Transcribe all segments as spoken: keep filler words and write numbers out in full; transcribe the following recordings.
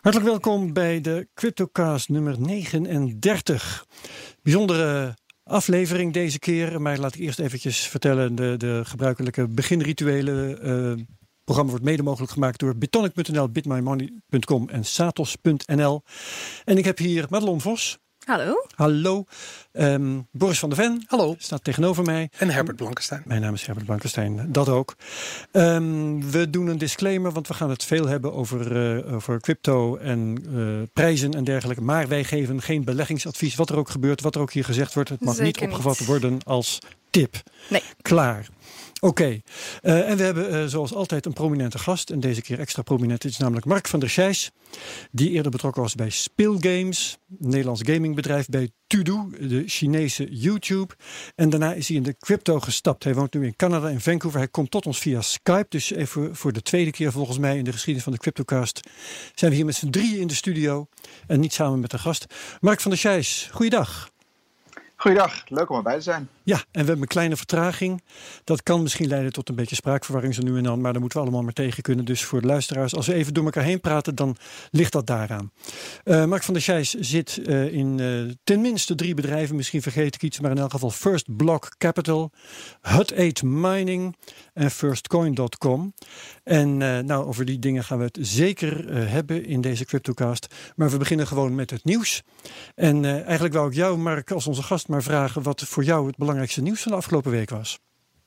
Hartelijk welkom bij de CryptoCast nummer negenendertig. Bijzondere aflevering deze keer, maar laat ik eerst eventjes vertellen. De, de gebruikelijke beginrituelen. Uh, Het programma wordt mede mogelijk gemaakt door bitonic punt n l, bitmymoney punt com en satos punt n l. En ik heb hier Madelon Vos. Hallo. Hallo. Um, Boris van der Ven. Hallo. Staat tegenover mij. En Herbert Blankenstein. Mijn naam is Herbert Blankenstein. Dat ook. Um, we doen een disclaimer, want we gaan het veel hebben over, uh, over crypto en uh, prijzen en dergelijke. Maar wij geven geen beleggingsadvies. Wat er ook gebeurt, wat er ook hier gezegd wordt. Het mag Zeker niet opgevat niet. worden als tip. Nee. Klaar. Oké, okay. uh, en we hebben uh, zoals altijd een prominente gast. En deze keer extra prominent. Het is namelijk Mark van der Scheijs. Die eerder betrokken was bij Speelgames. Een Nederlands gamingbedrijf. Bij Tudu, de Chinese YouTube. En daarna is hij in de crypto gestapt. Hij woont nu in Canada, in Vancouver. Hij komt tot ons via Skype. Dus even voor de tweede keer volgens mij in de geschiedenis van de CryptoCast zijn we hier met z'n drieën in de studio. En niet samen met een gast. Mark van der Scheijs, goeiedag. Goeiedag, leuk om erbij te zijn. Ja, en we hebben een kleine vertraging. Dat kan misschien leiden tot een beetje spraakverwarring zo nu en dan, maar daar moeten we allemaal maar tegen kunnen. Dus voor de luisteraars, als we even door elkaar heen praten, dan ligt dat daaraan. Uh, Mark van der Scheijs zit uh, in uh, tenminste drie bedrijven, misschien vergeet ik iets, maar in elk geval First Block Capital, Hut acht Mining en first coin dot com. En uh, nou, over die dingen gaan we het zeker uh, hebben in deze CryptoCast. Maar we beginnen gewoon met het nieuws. En uh, eigenlijk wou ik jou, Mark, als onze gast maar vragen wat voor jou het belangrijkste nieuws van de afgelopen week was.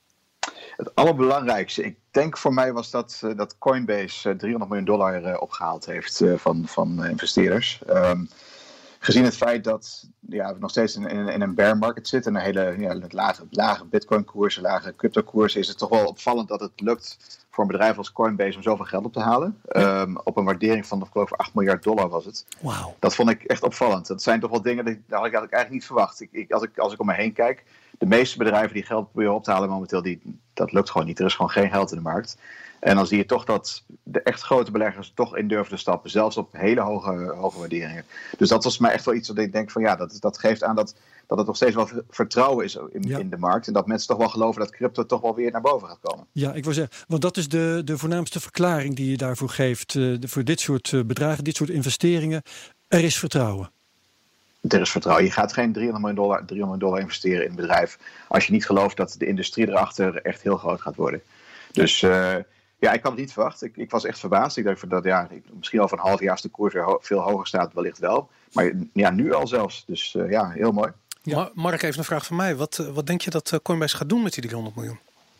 Het allerbelangrijkste, ik denk voor mij was dat, uh, dat Coinbase uh, driehonderd miljoen dollar uh, opgehaald heeft uh, van, van uh, investeerders. Um, gezien het feit dat ja, we nog steeds in, in, in een bear market zitten, een hele ja, lage, lage bitcoin koers, lage crypto koers, is het toch wel opvallend dat het lukt voor een bedrijf als Coinbase om zoveel geld op te halen. Ja. Um, op een waardering van, ik geloof, acht miljard dollar was het. Wauw. Dat vond ik echt opvallend. Dat zijn toch wel dingen die dat had ik eigenlijk niet verwacht. Ik, ik, als, ik, als ik om me heen kijk, de meeste bedrijven die geld proberen op te halen momenteel, die, dat lukt gewoon niet. Er is gewoon geen geld in de markt. En dan zie je toch dat de echt grote beleggers toch in durven te stappen. Zelfs op hele hoge, hoge waarderingen. Dus dat was mij echt wel iets dat ik denk van ja, dat, dat geeft aan dat, dat het nog steeds wel vertrouwen is in, ja. in de markt. En dat mensen toch wel geloven dat crypto toch wel weer naar boven gaat komen. Ja, ik wil zeggen, want dat is de, de voornaamste verklaring die je daarvoor geeft. Uh, de, voor dit soort uh, bedragen, dit soort investeringen. Er is vertrouwen. Er is vertrouwen. Je gaat geen driehonderd miljoen dollar, driehonderd dollar investeren in een bedrijf als je niet gelooft dat de industrie erachter echt heel groot gaat worden. Dus uh, ja, ik had het niet verwacht. Ik, ik was echt verbaasd. Ik dacht dat ja, misschien over een half jaar als de koers weer ho- veel hoger staat, wellicht wel. Maar ja, nu al zelfs. Dus uh, ja, heel mooi. Ja. Mark, even een vraag van mij. Wat, wat denk je dat Coinbase gaat doen met die driehonderd miljoen?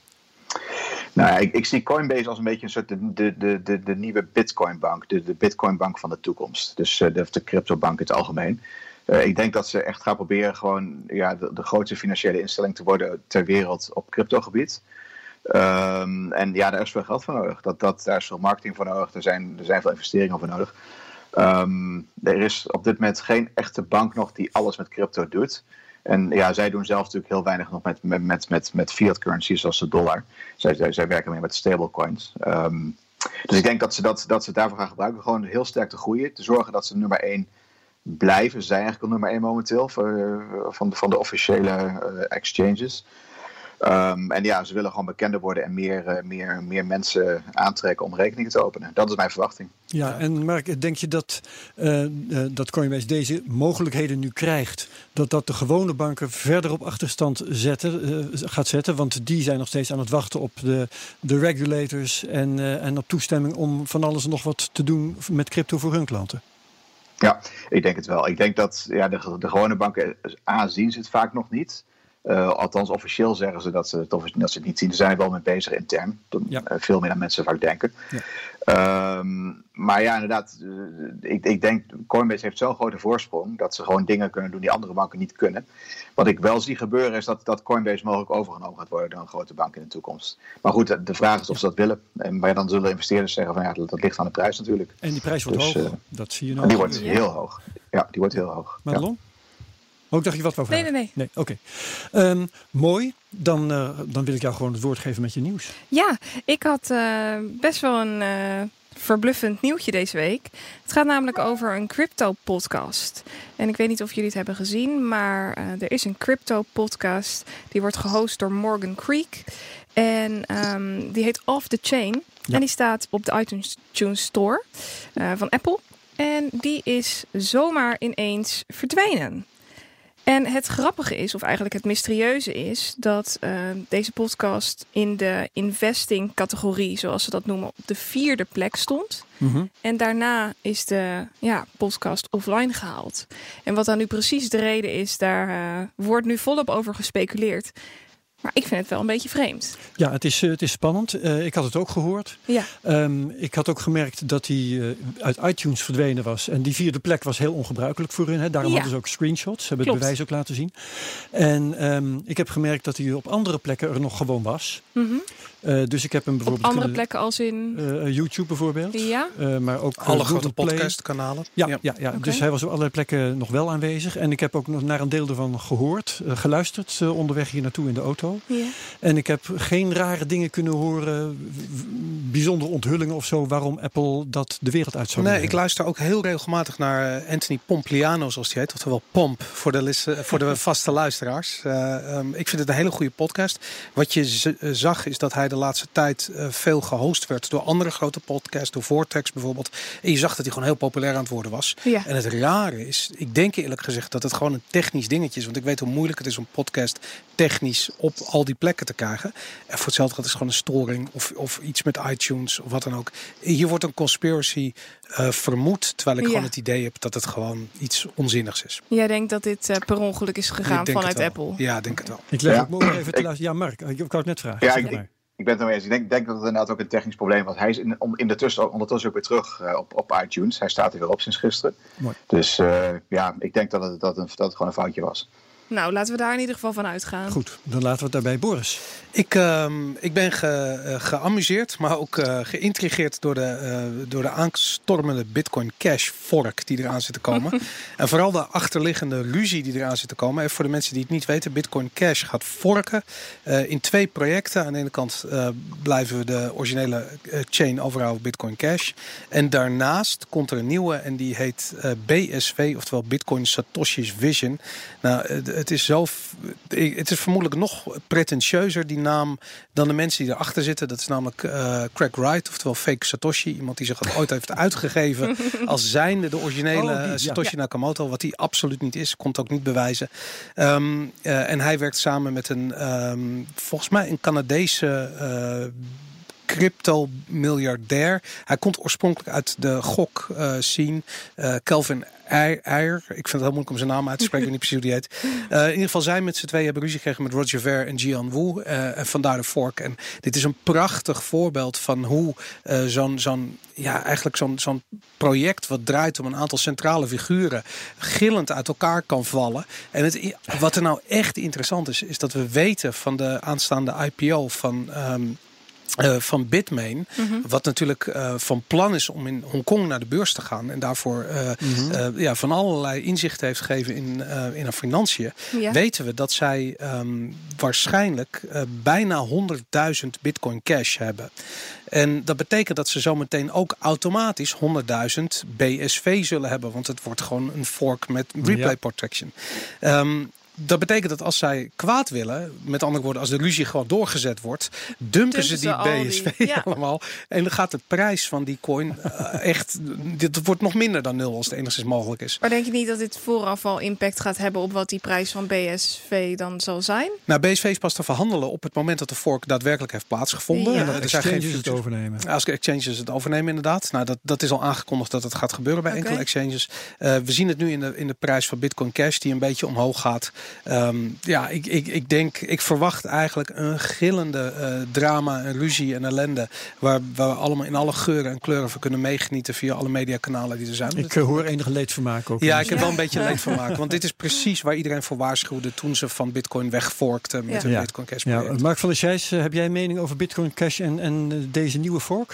Nou ja, ik, ik zie Coinbase als een beetje een soort de, de, de, de, de nieuwe Bitcoin-bank. De, de Bitcoin-bank van de toekomst. Dus uh, de, de crypto-bank in het algemeen. Uh, ik denk dat ze echt gaan proberen gewoon ja, de, de grootste financiële instelling te worden ter wereld op cryptogebied. Um, en ja, daar is veel geld voor nodig. Dat, dat, daar is veel marketing voor nodig. Er zijn, er zijn veel investeringen voor nodig. Um, er is op dit moment geen echte bank nog die alles met crypto doet. En ja, zij doen zelf natuurlijk heel weinig nog met, met, met, met, met fiat currencies zoals de dollar. Zij, zij, zij werken meer met stablecoins. Um, dus ik denk dat ze, dat, dat ze het daarvoor gaan gebruiken. Gewoon heel sterk te groeien. Te zorgen dat ze nummer één blijven. Ze zijn eigenlijk al nummer één momenteel voor, van, de, van de officiële uh, exchanges. Um, en ja, ze willen gewoon bekender worden en meer, uh, meer, meer mensen aantrekken om rekeningen te openen. Dat is mijn verwachting. Ja, en Mark, denk je dat, uh, uh, dat Coinbase deze mogelijkheden nu krijgt, dat dat de gewone banken verder op achterstand zetten, uh, gaat zetten? Want die zijn nog steeds aan het wachten op de, de regulators en, uh, en op toestemming om van alles en nog wat te doen met crypto voor hun klanten. Ja, ik denk het wel. Ik denk dat ja, de, de gewone banken aanzien ze het vaak nog niet. Uh, althans, officieel zeggen ze dat ze, het, dat ze het niet zien. Ze zijn er wel mee bezig intern. Ja. Uh, veel meer dan mensen vaak denken. Ja. Um, maar ja, inderdaad. Uh, ik, ik denk, Coinbase heeft zo'n grote voorsprong dat ze gewoon dingen kunnen doen die andere banken niet kunnen. Wat ik wel zie gebeuren is dat, dat Coinbase mogelijk overgenomen gaat worden door een grote bank in de toekomst. Maar goed, de vraag is of ze dat willen. En, maar dan zullen investeerders zeggen van ja, dat, dat ligt aan de prijs natuurlijk. En die prijs wordt dus, hoog. Uh, dat zie je nog. Die wordt heel hoog. Ja, die wordt heel hoog. Madelon? Ja. Ook dacht je wat over? Nee, nee, nee. nee Oké. Okay. Um, mooi. Dan, uh, dan wil ik jou gewoon het woord geven met je nieuws. Ja, ik had uh, best wel een uh, verbluffend nieuwtje deze week. Het gaat namelijk over een crypto-podcast. En ik weet niet of jullie het hebben gezien, maar uh, er is een crypto-podcast. Die wordt gehost door Morgan Creek. En um, die heet Off the Chain. Ja. En die staat op de iTunes Store uh, van Apple. En die is zomaar ineens verdwenen. En het grappige is, of eigenlijk het mysterieuze is, dat uh, deze podcast in de investing categorie, zoals ze dat noemen, op de vierde plek stond. Mm-hmm. En daarna is de ja, podcast offline gehaald. En wat dan nu precies de reden is, daar uh, wordt nu volop over gespeculeerd. Maar ik vind het wel een beetje vreemd. Ja, het is, het is spannend. Uh, ik had het ook gehoord. Ja. Um, ik had ook gemerkt dat hij uh, uit iTunes verdwenen was. En die vierde plek was heel ongebruikelijk voor hun. Hè. Daarom ja. hadden ze ook screenshots. Ze hebben Klopt. het bewijs ook laten zien. En um, ik heb gemerkt dat hij op andere plekken er nog gewoon was. Mm-hmm. Uh, dus ik heb hem bijvoorbeeld... Op andere plekken als in... Uh, YouTube bijvoorbeeld. Ja. Uh, maar ook alle grote podcastkanalen. Ja, ja. ja, ja. Okay. Dus hij was op allerlei plekken nog wel aanwezig. En ik heb ook nog naar een deel ervan gehoord. Uh, geluisterd uh, onderweg hier naartoe in de auto. Ja. En ik heb geen rare dingen kunnen horen, bijzondere onthullingen of zo, waarom Apple dat de wereld uit zou Nee, brengen. Ik luister ook heel regelmatig naar Anthony Pompliano, zoals hij heet, oftewel Pomp voor de, lis- voor de vaste luisteraars. Uh, um, ik vind het een hele goede podcast. Wat je z- zag is dat hij de laatste tijd uh, veel gehost werd door andere grote podcasts, door Vortex bijvoorbeeld. En je zag dat hij gewoon heel populair aan het worden was. Ja. En het rare is, ik denk eerlijk gezegd dat het gewoon een technisch dingetje is, want ik weet hoe moeilijk het is om podcast technisch op al die plekken te krijgen. En voor hetzelfde gaat het gewoon een storing of, of iets met iTunes of wat dan ook. Hier wordt een conspiracy uh, vermoed, terwijl ik ja. gewoon het idee heb dat het gewoon iets onzinnigs is. Jij denkt dat dit uh, per ongeluk is gegaan vanuit Apple? Ja, ik denk het wel. Ik leg ja. ook mooi even te luisteren. Ja, Mark, ik wou het net vragen. Ja, ik, ik, ik ben het ermee eens. Ik denk, denk dat het inderdaad ook een technisch probleem was. Hij is in, in de tussen, ondertussen ook weer terug uh, op, op iTunes. Hij staat er weer op sinds gisteren. Mooi. Dus uh, ja, ik denk dat het, dat, een, dat het gewoon een foutje was. Nou, laten we daar in ieder geval van uitgaan. Goed, dan laten we het daarbij. Boris. Ik, uh, ik ben ge, uh, geamuseerd, maar ook uh, geïntrigeerd door de, uh, door de aanstormende Bitcoin Cash fork die eraan zit te komen. En vooral de achterliggende ruzie die eraan zit te komen. En voor de mensen die het niet weten, Bitcoin Cash gaat forken uh, in twee projecten. Aan de ene kant uh, blijven we de originele uh, chain overhouden, Bitcoin Cash. En daarnaast komt er een nieuwe en die heet uh, B S V, oftewel Bitcoin Satoshi's Vision. Nou, uh, het is zo, het is vermoedelijk nog pretentieuzer, die naam, dan de mensen die erachter zitten. Dat is namelijk uh, Craig Wright, oftewel Fake Satoshi. Iemand die zich dat ooit heeft uitgegeven als zijnde de originele oh, die, Satoshi ja. Nakamoto. Wat hij absoluut niet is. Komt ook niet bewijzen. Um, uh, en hij werkt samen met een, um, volgens mij een Canadese uh, crypto-miljardair. Hij komt oorspronkelijk uit de gok uh, scene. Uh, Kelvin Eier. Ik vind het heel moeilijk om zijn naam uit te spreken. Ik weet niet precies hoe die heet. Uh, in ieder geval, zij met z'n tweeën hebben ruzie gekregen met Roger Ver en Jian Wu. Uh, en vandaar de fork. En dit is een prachtig voorbeeld van hoe uh, zo'n, zo'n, ja, eigenlijk zo'n, zo'n project wat draait om een aantal centrale figuren gillend uit elkaar kan vallen. En het, wat er nou echt interessant is, is dat we weten van de aanstaande I P O van Um, Uh, van Bitmain, mm-hmm. wat natuurlijk uh, van plan is om in Hongkong naar de beurs te gaan en daarvoor uh, mm-hmm. uh, ja, van allerlei inzichten heeft gegeven in, uh, in haar financiën, ja. weten we dat zij um, waarschijnlijk uh, bijna honderdduizend Bitcoin Cash hebben. En dat betekent dat ze zometeen ook automatisch honderdduizend B S V zullen hebben, want het wordt gewoon een fork met replay ja. protection. Um, Dat betekent dat als zij kwaad willen, met andere woorden, als de ruzie gewoon doorgezet wordt, dumpen, dumpen ze die B S V die, ja. allemaal. En dan gaat de prijs van die coin uh, echt, dit wordt nog minder dan nul als het enigszins mogelijk is. Maar denk je niet dat dit vooraf al impact gaat hebben op wat die prijs van B S V dan zal zijn? Nou, B S V is pas te verhandelen op het moment dat de fork daadwerkelijk heeft plaatsgevonden. Ja. En dat de exchanges het overnemen. Als exchanges het overnemen, inderdaad. Nou, dat, dat is al aangekondigd dat het gaat gebeuren bij okay. enkele exchanges. Uh, we zien het nu in de, in de prijs van Bitcoin Cash, die een beetje omhoog gaat. Um, ja, ik, ik, ik denk, ik verwacht eigenlijk een gillende uh, drama en ruzie en ellende, waar, waar we allemaal in alle geuren en kleuren van kunnen meegenieten via alle mediakanalen die er zijn. Ik uh, hoor enige leedvermaak ook. Ja, ik heb ja. wel een beetje leedvermaak, want dit is precies waar iedereen voor waarschuwde toen ze van Bitcoin wegforkten met ja. hun ja. Bitcoin Cash project. Ja. Mark van der Scheijs, uh, heb jij een mening over Bitcoin Cash en, en uh, deze nieuwe fork?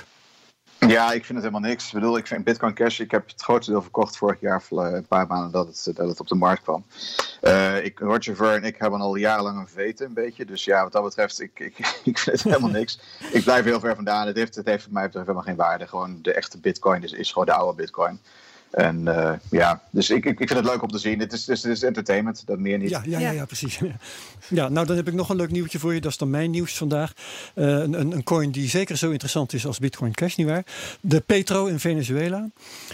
Ja, ik vind het helemaal niks. Ik bedoel, ik vind Bitcoin Cash, ik heb het grootste deel verkocht vorig jaar, een paar maanden dat het, dat het op de markt kwam. Uh, ik, Roger Ver en ik hebben al jarenlang een veten een beetje. Dus ja, wat dat betreft, ik, ik, ik vind het helemaal niks. Ik blijf heel ver vandaan. Het heeft, het heeft voor mij helemaal geen waarde. Gewoon de echte Bitcoin is, is gewoon de oude Bitcoin. En uh, ja, dus ik, ik, ik vind het leuk om te zien. Het is, het is entertainment, dat meer niet. Ja, ja, ja, ja precies. Ja, nou dan heb ik nog een leuk nieuwtje voor je. Dat is dan mijn nieuws vandaag. Uh, een, een coin die zeker zo interessant is als Bitcoin Cash, nietwaar? De Petro in Venezuela.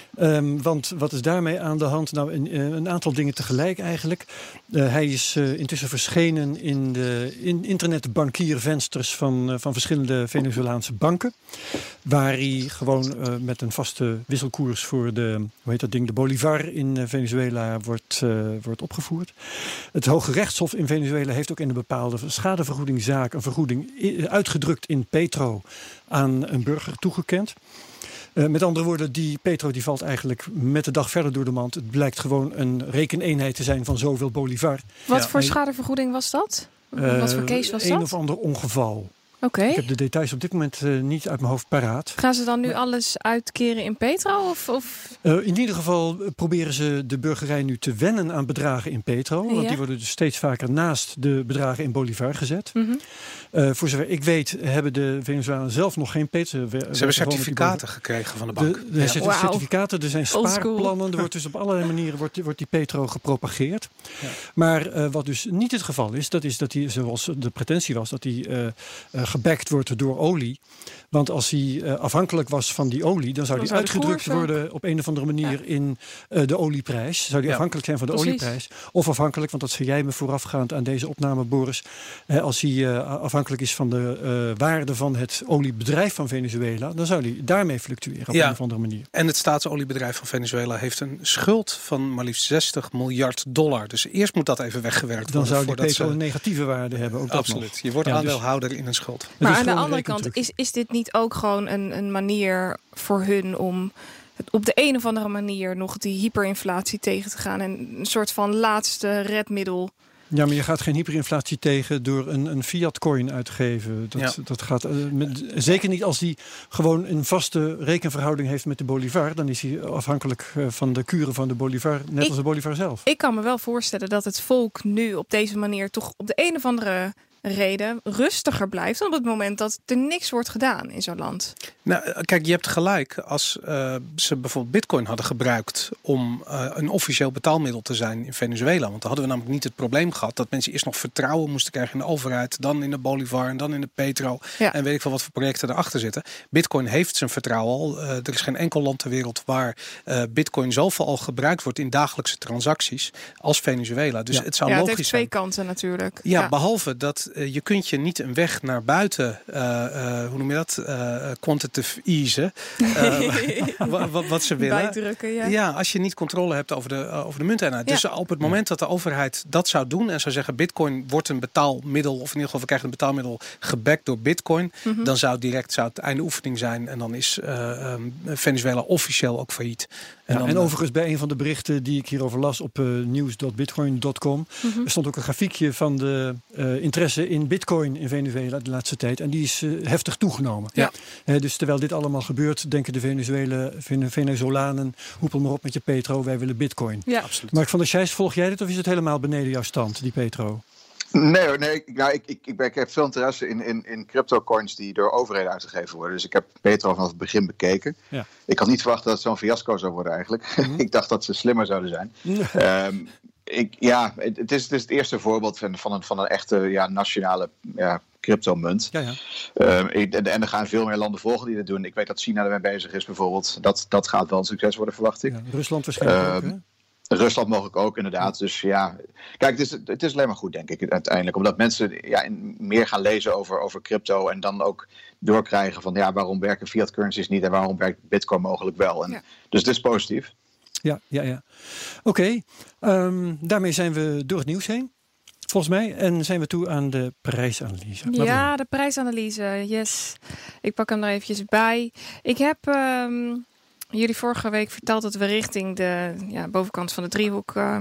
Um, want wat is daarmee aan de hand? Nou, een, een aantal dingen tegelijk eigenlijk. Uh, hij is uh, intussen verschenen in de in internetbankiervensters van, uh, van verschillende Venezolaanse banken. Waar hij gewoon uh, met een vaste wisselkoers voor de, hoe heet dat ding, de bolivar in uh, Venezuela wordt, uh, wordt opgevoerd. Het Hoge Rechtshof in Venezuela heeft ook in een bepaalde schadevergoedingszaak een vergoeding i- uitgedrukt in Petro aan een burger toegekend. Uh, met andere woorden, die Petro die valt eigenlijk met de dag verder door de mand. Het blijkt gewoon een rekeneenheid te zijn van zoveel bolivar. Wat Ja. voor schadevergoeding was dat? Uh, Wat voor case was een dat? Een of ander ongeval. Oké. Okay. Ik heb de details op dit moment uh, niet uit mijn hoofd paraat. Gaan ze dan nu alles uitkeren in Petro? Of, of? Uh, in ieder geval proberen ze de burgerij nu te wennen aan bedragen in Petro. Want ja. die worden dus steeds vaker naast de bedragen in bolivar gezet. Mm-hmm. Uh, voor zover ik weet hebben de Venezolanen zelf nog geen Petro. Ze hebben certificaten gekregen van de bank. De, de ja. wow. certificaten, er zijn spaarplannen. Er wordt dus op allerlei manieren wordt, wordt die Petro gepropageerd. Ja. Maar uh, wat dus niet het geval is, dat is dat hij, zoals de pretentie was, dat hij uh, uh, gebackt wordt door olie. Want als hij uh, afhankelijk was van die olie, dan zou dan die zou uitgedrukt worden op een of andere manier ja. in uh, de olieprijs. Zou die ja. afhankelijk zijn van de Precies. olieprijs. Of afhankelijk, want dat zei jij me voorafgaand aan deze opname, Boris. Uh, als hij uh, afhankelijk is van de uh, waarde van het oliebedrijf van Venezuela, dan zou hij daarmee fluctueren op ja. een of andere manier. En het staatsoliebedrijf van Venezuela heeft een schuld van maar liefst zestig miljard dollar. Dus eerst moet dat even weggewerkt dan worden. Dan zou die Petro ze... een negatieve waarde hebben. Ook Absoluut. Dat Je wordt ja, aandeelhouder dus... in een schuld. Maar aan de andere kant, is, is dit niet ook gewoon een, een manier voor hun om op de een of andere manier nog die hyperinflatie tegen te gaan en een soort van laatste redmiddel? Ja, maar je gaat geen hyperinflatie tegen door een, een fiat-coin uit te geven. Dat, ja. dat gaat, uh, met, zeker niet als die gewoon een vaste rekenverhouding heeft met de bolivar. Dan is hij afhankelijk uh, van de kuren van de bolivar, net ik, als de bolivar zelf. Ik kan me wel voorstellen dat het volk nu op deze manier toch op de een of andere reden rustiger blijft op het moment dat er niks wordt gedaan in zo'n land. Nou, kijk, je hebt gelijk. Als uh, ze bijvoorbeeld bitcoin hadden gebruikt om uh, een officieel betaalmiddel te zijn in Venezuela, want dan hadden we namelijk niet het probleem gehad dat mensen eerst nog vertrouwen moesten krijgen in de overheid, dan in de bolivar en dan in de petro ja. en weet ik veel wat voor projecten erachter zitten. Bitcoin heeft zijn vertrouwen al. Uh, er is geen enkel land ter wereld waar uh, bitcoin zoveel al gebruikt wordt in dagelijkse transacties als Venezuela. Dus ja. het zou ja, logisch het heeft twee zijn. kanten natuurlijk. Ja, ja. behalve dat uh, je kunt je niet een weg naar buiten, uh, uh, hoe noem je dat, uh, quantitative easen, uh, wat, wat ze willen. Bijdrukken, ja. Ja, als je niet controle hebt over de, uh, over de munteenheid. Ja. Dus op het moment dat de overheid dat zou doen en zou zeggen bitcoin wordt een betaalmiddel, of in ieder geval we krijgen een betaalmiddel gebackt door bitcoin, mm-hmm. dan zou direct zou het einde oefening zijn en dan is uh, um, Venezuela officieel ook failliet. En, ja, dan, en overigens bij een van de berichten die ik hierover las op uh, nieuws punt bitcoin punt com mm-hmm. er stond ook een grafiekje van de uh, interesse in bitcoin in Venezuela de laatste tijd. En die is uh, heftig toegenomen. Ja. Uh, dus terwijl dit allemaal gebeurt, denken de Venezuela, Venezolanen, hoepel maar op met je petro, wij willen bitcoin. Ja, absoluut. Mark van der Scheijs, volg jij dit of is het helemaal beneden jouw stand, die petro? Nee hoor, nee. Nou, ik, ik, ik, ik heb veel interesse in, in, in crypto-coins die door overheden uitgegeven worden. Dus ik heb Petro vanaf het begin bekeken. Ja. Ik had niet verwacht dat het zo'n fiasco zou worden eigenlijk. Mm-hmm. Ik dacht dat ze slimmer zouden zijn. um, ik, ja, het, het, is, het is het eerste voorbeeld van, van, een, van een echte ja, nationale ja, cryptomunt. Ja, ja. Um, ik, en, en er gaan veel meer landen volgen die dat doen. Ik weet dat China ermee bezig is bijvoorbeeld. Dat, dat gaat wel een succes worden, verwacht ik. Ja, Rusland waarschijnlijk um, ook, hè? Rusland mogelijk ook, inderdaad. Dus ja, kijk, het is, het is alleen maar goed, denk ik, uiteindelijk. Omdat mensen ja, meer gaan lezen over, over crypto en dan ook doorkrijgen van ja, waarom werken fiat currencies niet en waarom werkt bitcoin mogelijk wel. En, ja. Dus het is positief. Ja, ja, ja. Oké, okay. um, daarmee zijn we door het nieuws heen. Volgens mij. En zijn we toe aan de prijsanalyse. Laten ja, we... de prijsanalyse. Yes. Ik pak hem er eventjes bij. Ik heb... Um... jullie vorige week verteld dat we richting de ja, bovenkant van de driehoek uh,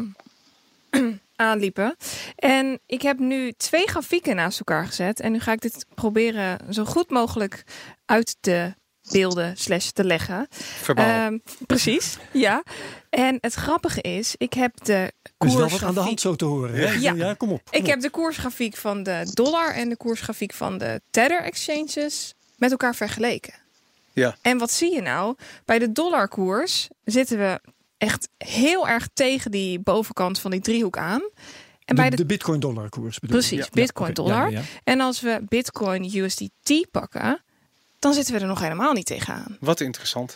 aanliepen. En ik heb nu twee grafieken naast elkaar gezet. En nu ga ik dit proberen zo goed mogelijk uit te beelden slash te leggen. Verbaal. Uh, precies, ja. En het grappige is, ik heb de koersgrafiek... Dus wel wat aan de hand zo te horen. Hè? Ja, ja kom op. Kom ik op. heb de koersgrafiek van de dollar en de koersgrafiek van de Tether exchanges met elkaar vergeleken. Ja. En wat zie je nou? Bij de dollarkoers zitten we echt heel erg tegen die bovenkant van die driehoek aan. En de, bij de, de Bitcoin-dollar koers bedoel je? Precies, Ja. Bitcoin-dollar. Ja, okay. ja, ja. En als we Bitcoin U S D T pakken, dan zitten we er nog helemaal niet tegenaan. Wat interessant.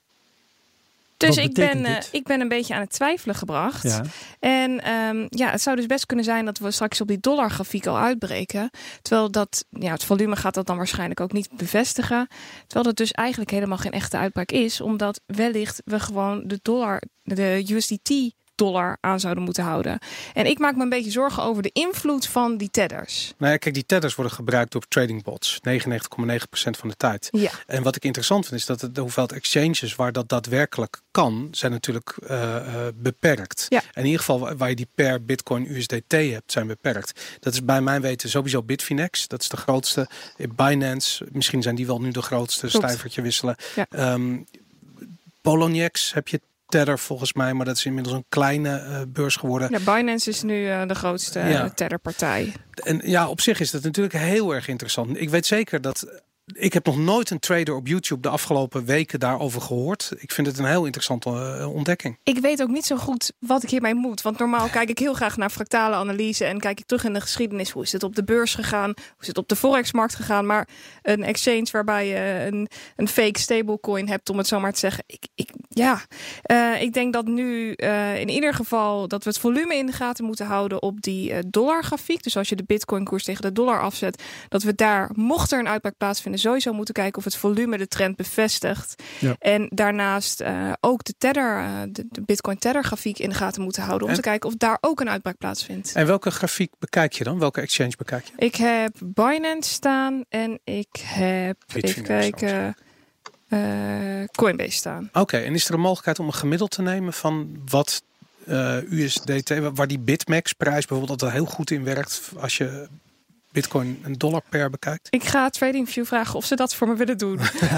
Dus Wat ik ben, betekent uh, dit? ik ben een beetje aan het twijfelen gebracht. Ja. En um, ja, het zou dus best kunnen zijn dat we straks op die dollargrafiek al uitbreken. Terwijl dat, ja, het volume gaat dat dan waarschijnlijk ook niet bevestigen. Terwijl dat dus eigenlijk helemaal geen echte uitbraak is. Omdat wellicht we gewoon de dollar, de U S D T dollar aan zouden moeten houden. En ik maak me een beetje zorgen over de invloed van die tedders. Nou ja, kijk, die tedders worden gebruikt door trading bots. negenennegentig komma negen procent van de tijd. Ja. En wat ik interessant vind is dat het, de hoeveelheid exchanges waar dat daadwerkelijk kan, zijn natuurlijk uh, uh, beperkt. Ja. En in ieder geval waar je die per Bitcoin U S D T hebt, zijn beperkt. Dat is bij mijn weten sowieso Bitfinex. Dat is de grootste. Binance, misschien zijn die wel nu de grootste. Klopt. Stijvertje wisselen. Ja. Um, Poloniex heb je Tether volgens mij, maar dat is inmiddels een kleine uh, beurs geworden. Ja, Binance is nu uh, de grootste Ja. uh, tetherpartij. En ja, op zich is dat natuurlijk heel erg interessant. Ik weet zeker dat... Ik heb nog nooit een trader op YouTube de afgelopen weken daarover gehoord. Ik vind het een heel interessante uh, ontdekking. Ik weet ook niet zo goed wat ik hiermee moet. Want normaal kijk ik heel graag naar fractale analyse en kijk ik terug in de geschiedenis. Hoe is het op de beurs gegaan? Hoe is het op de forexmarkt gegaan? Maar een exchange waarbij je een, een fake stablecoin hebt, om het zo maar te zeggen. Ik, ik, ja, uh, ik denk dat nu uh, in ieder geval dat we het volume in de gaten moeten houden op die uh, dollargrafiek. Dus als je de Bitcoin koers tegen de dollar afzet, dat we daar, mocht er een uitbraak plaatsvinden, sowieso moeten kijken of het volume de trend bevestigt. Ja. En daarnaast uh, ook de tether, uh, de, de Bitcoin tether grafiek in de gaten moeten houden. Om en? te kijken of daar ook een uitbraak plaatsvindt. En welke grafiek bekijk je dan? Welke exchange bekijk je? Ik heb Binance staan en ik heb, Bitfinex even kijken, uh, Coinbase staan. Oké, okay, en is er een mogelijkheid om een gemiddeld te nemen van wat uh, U S D T, waar die Bitmax prijs bijvoorbeeld altijd heel goed in werkt als je Bitcoin een dollar per bekijkt? Ik ga TradingView vragen of ze dat voor me willen doen.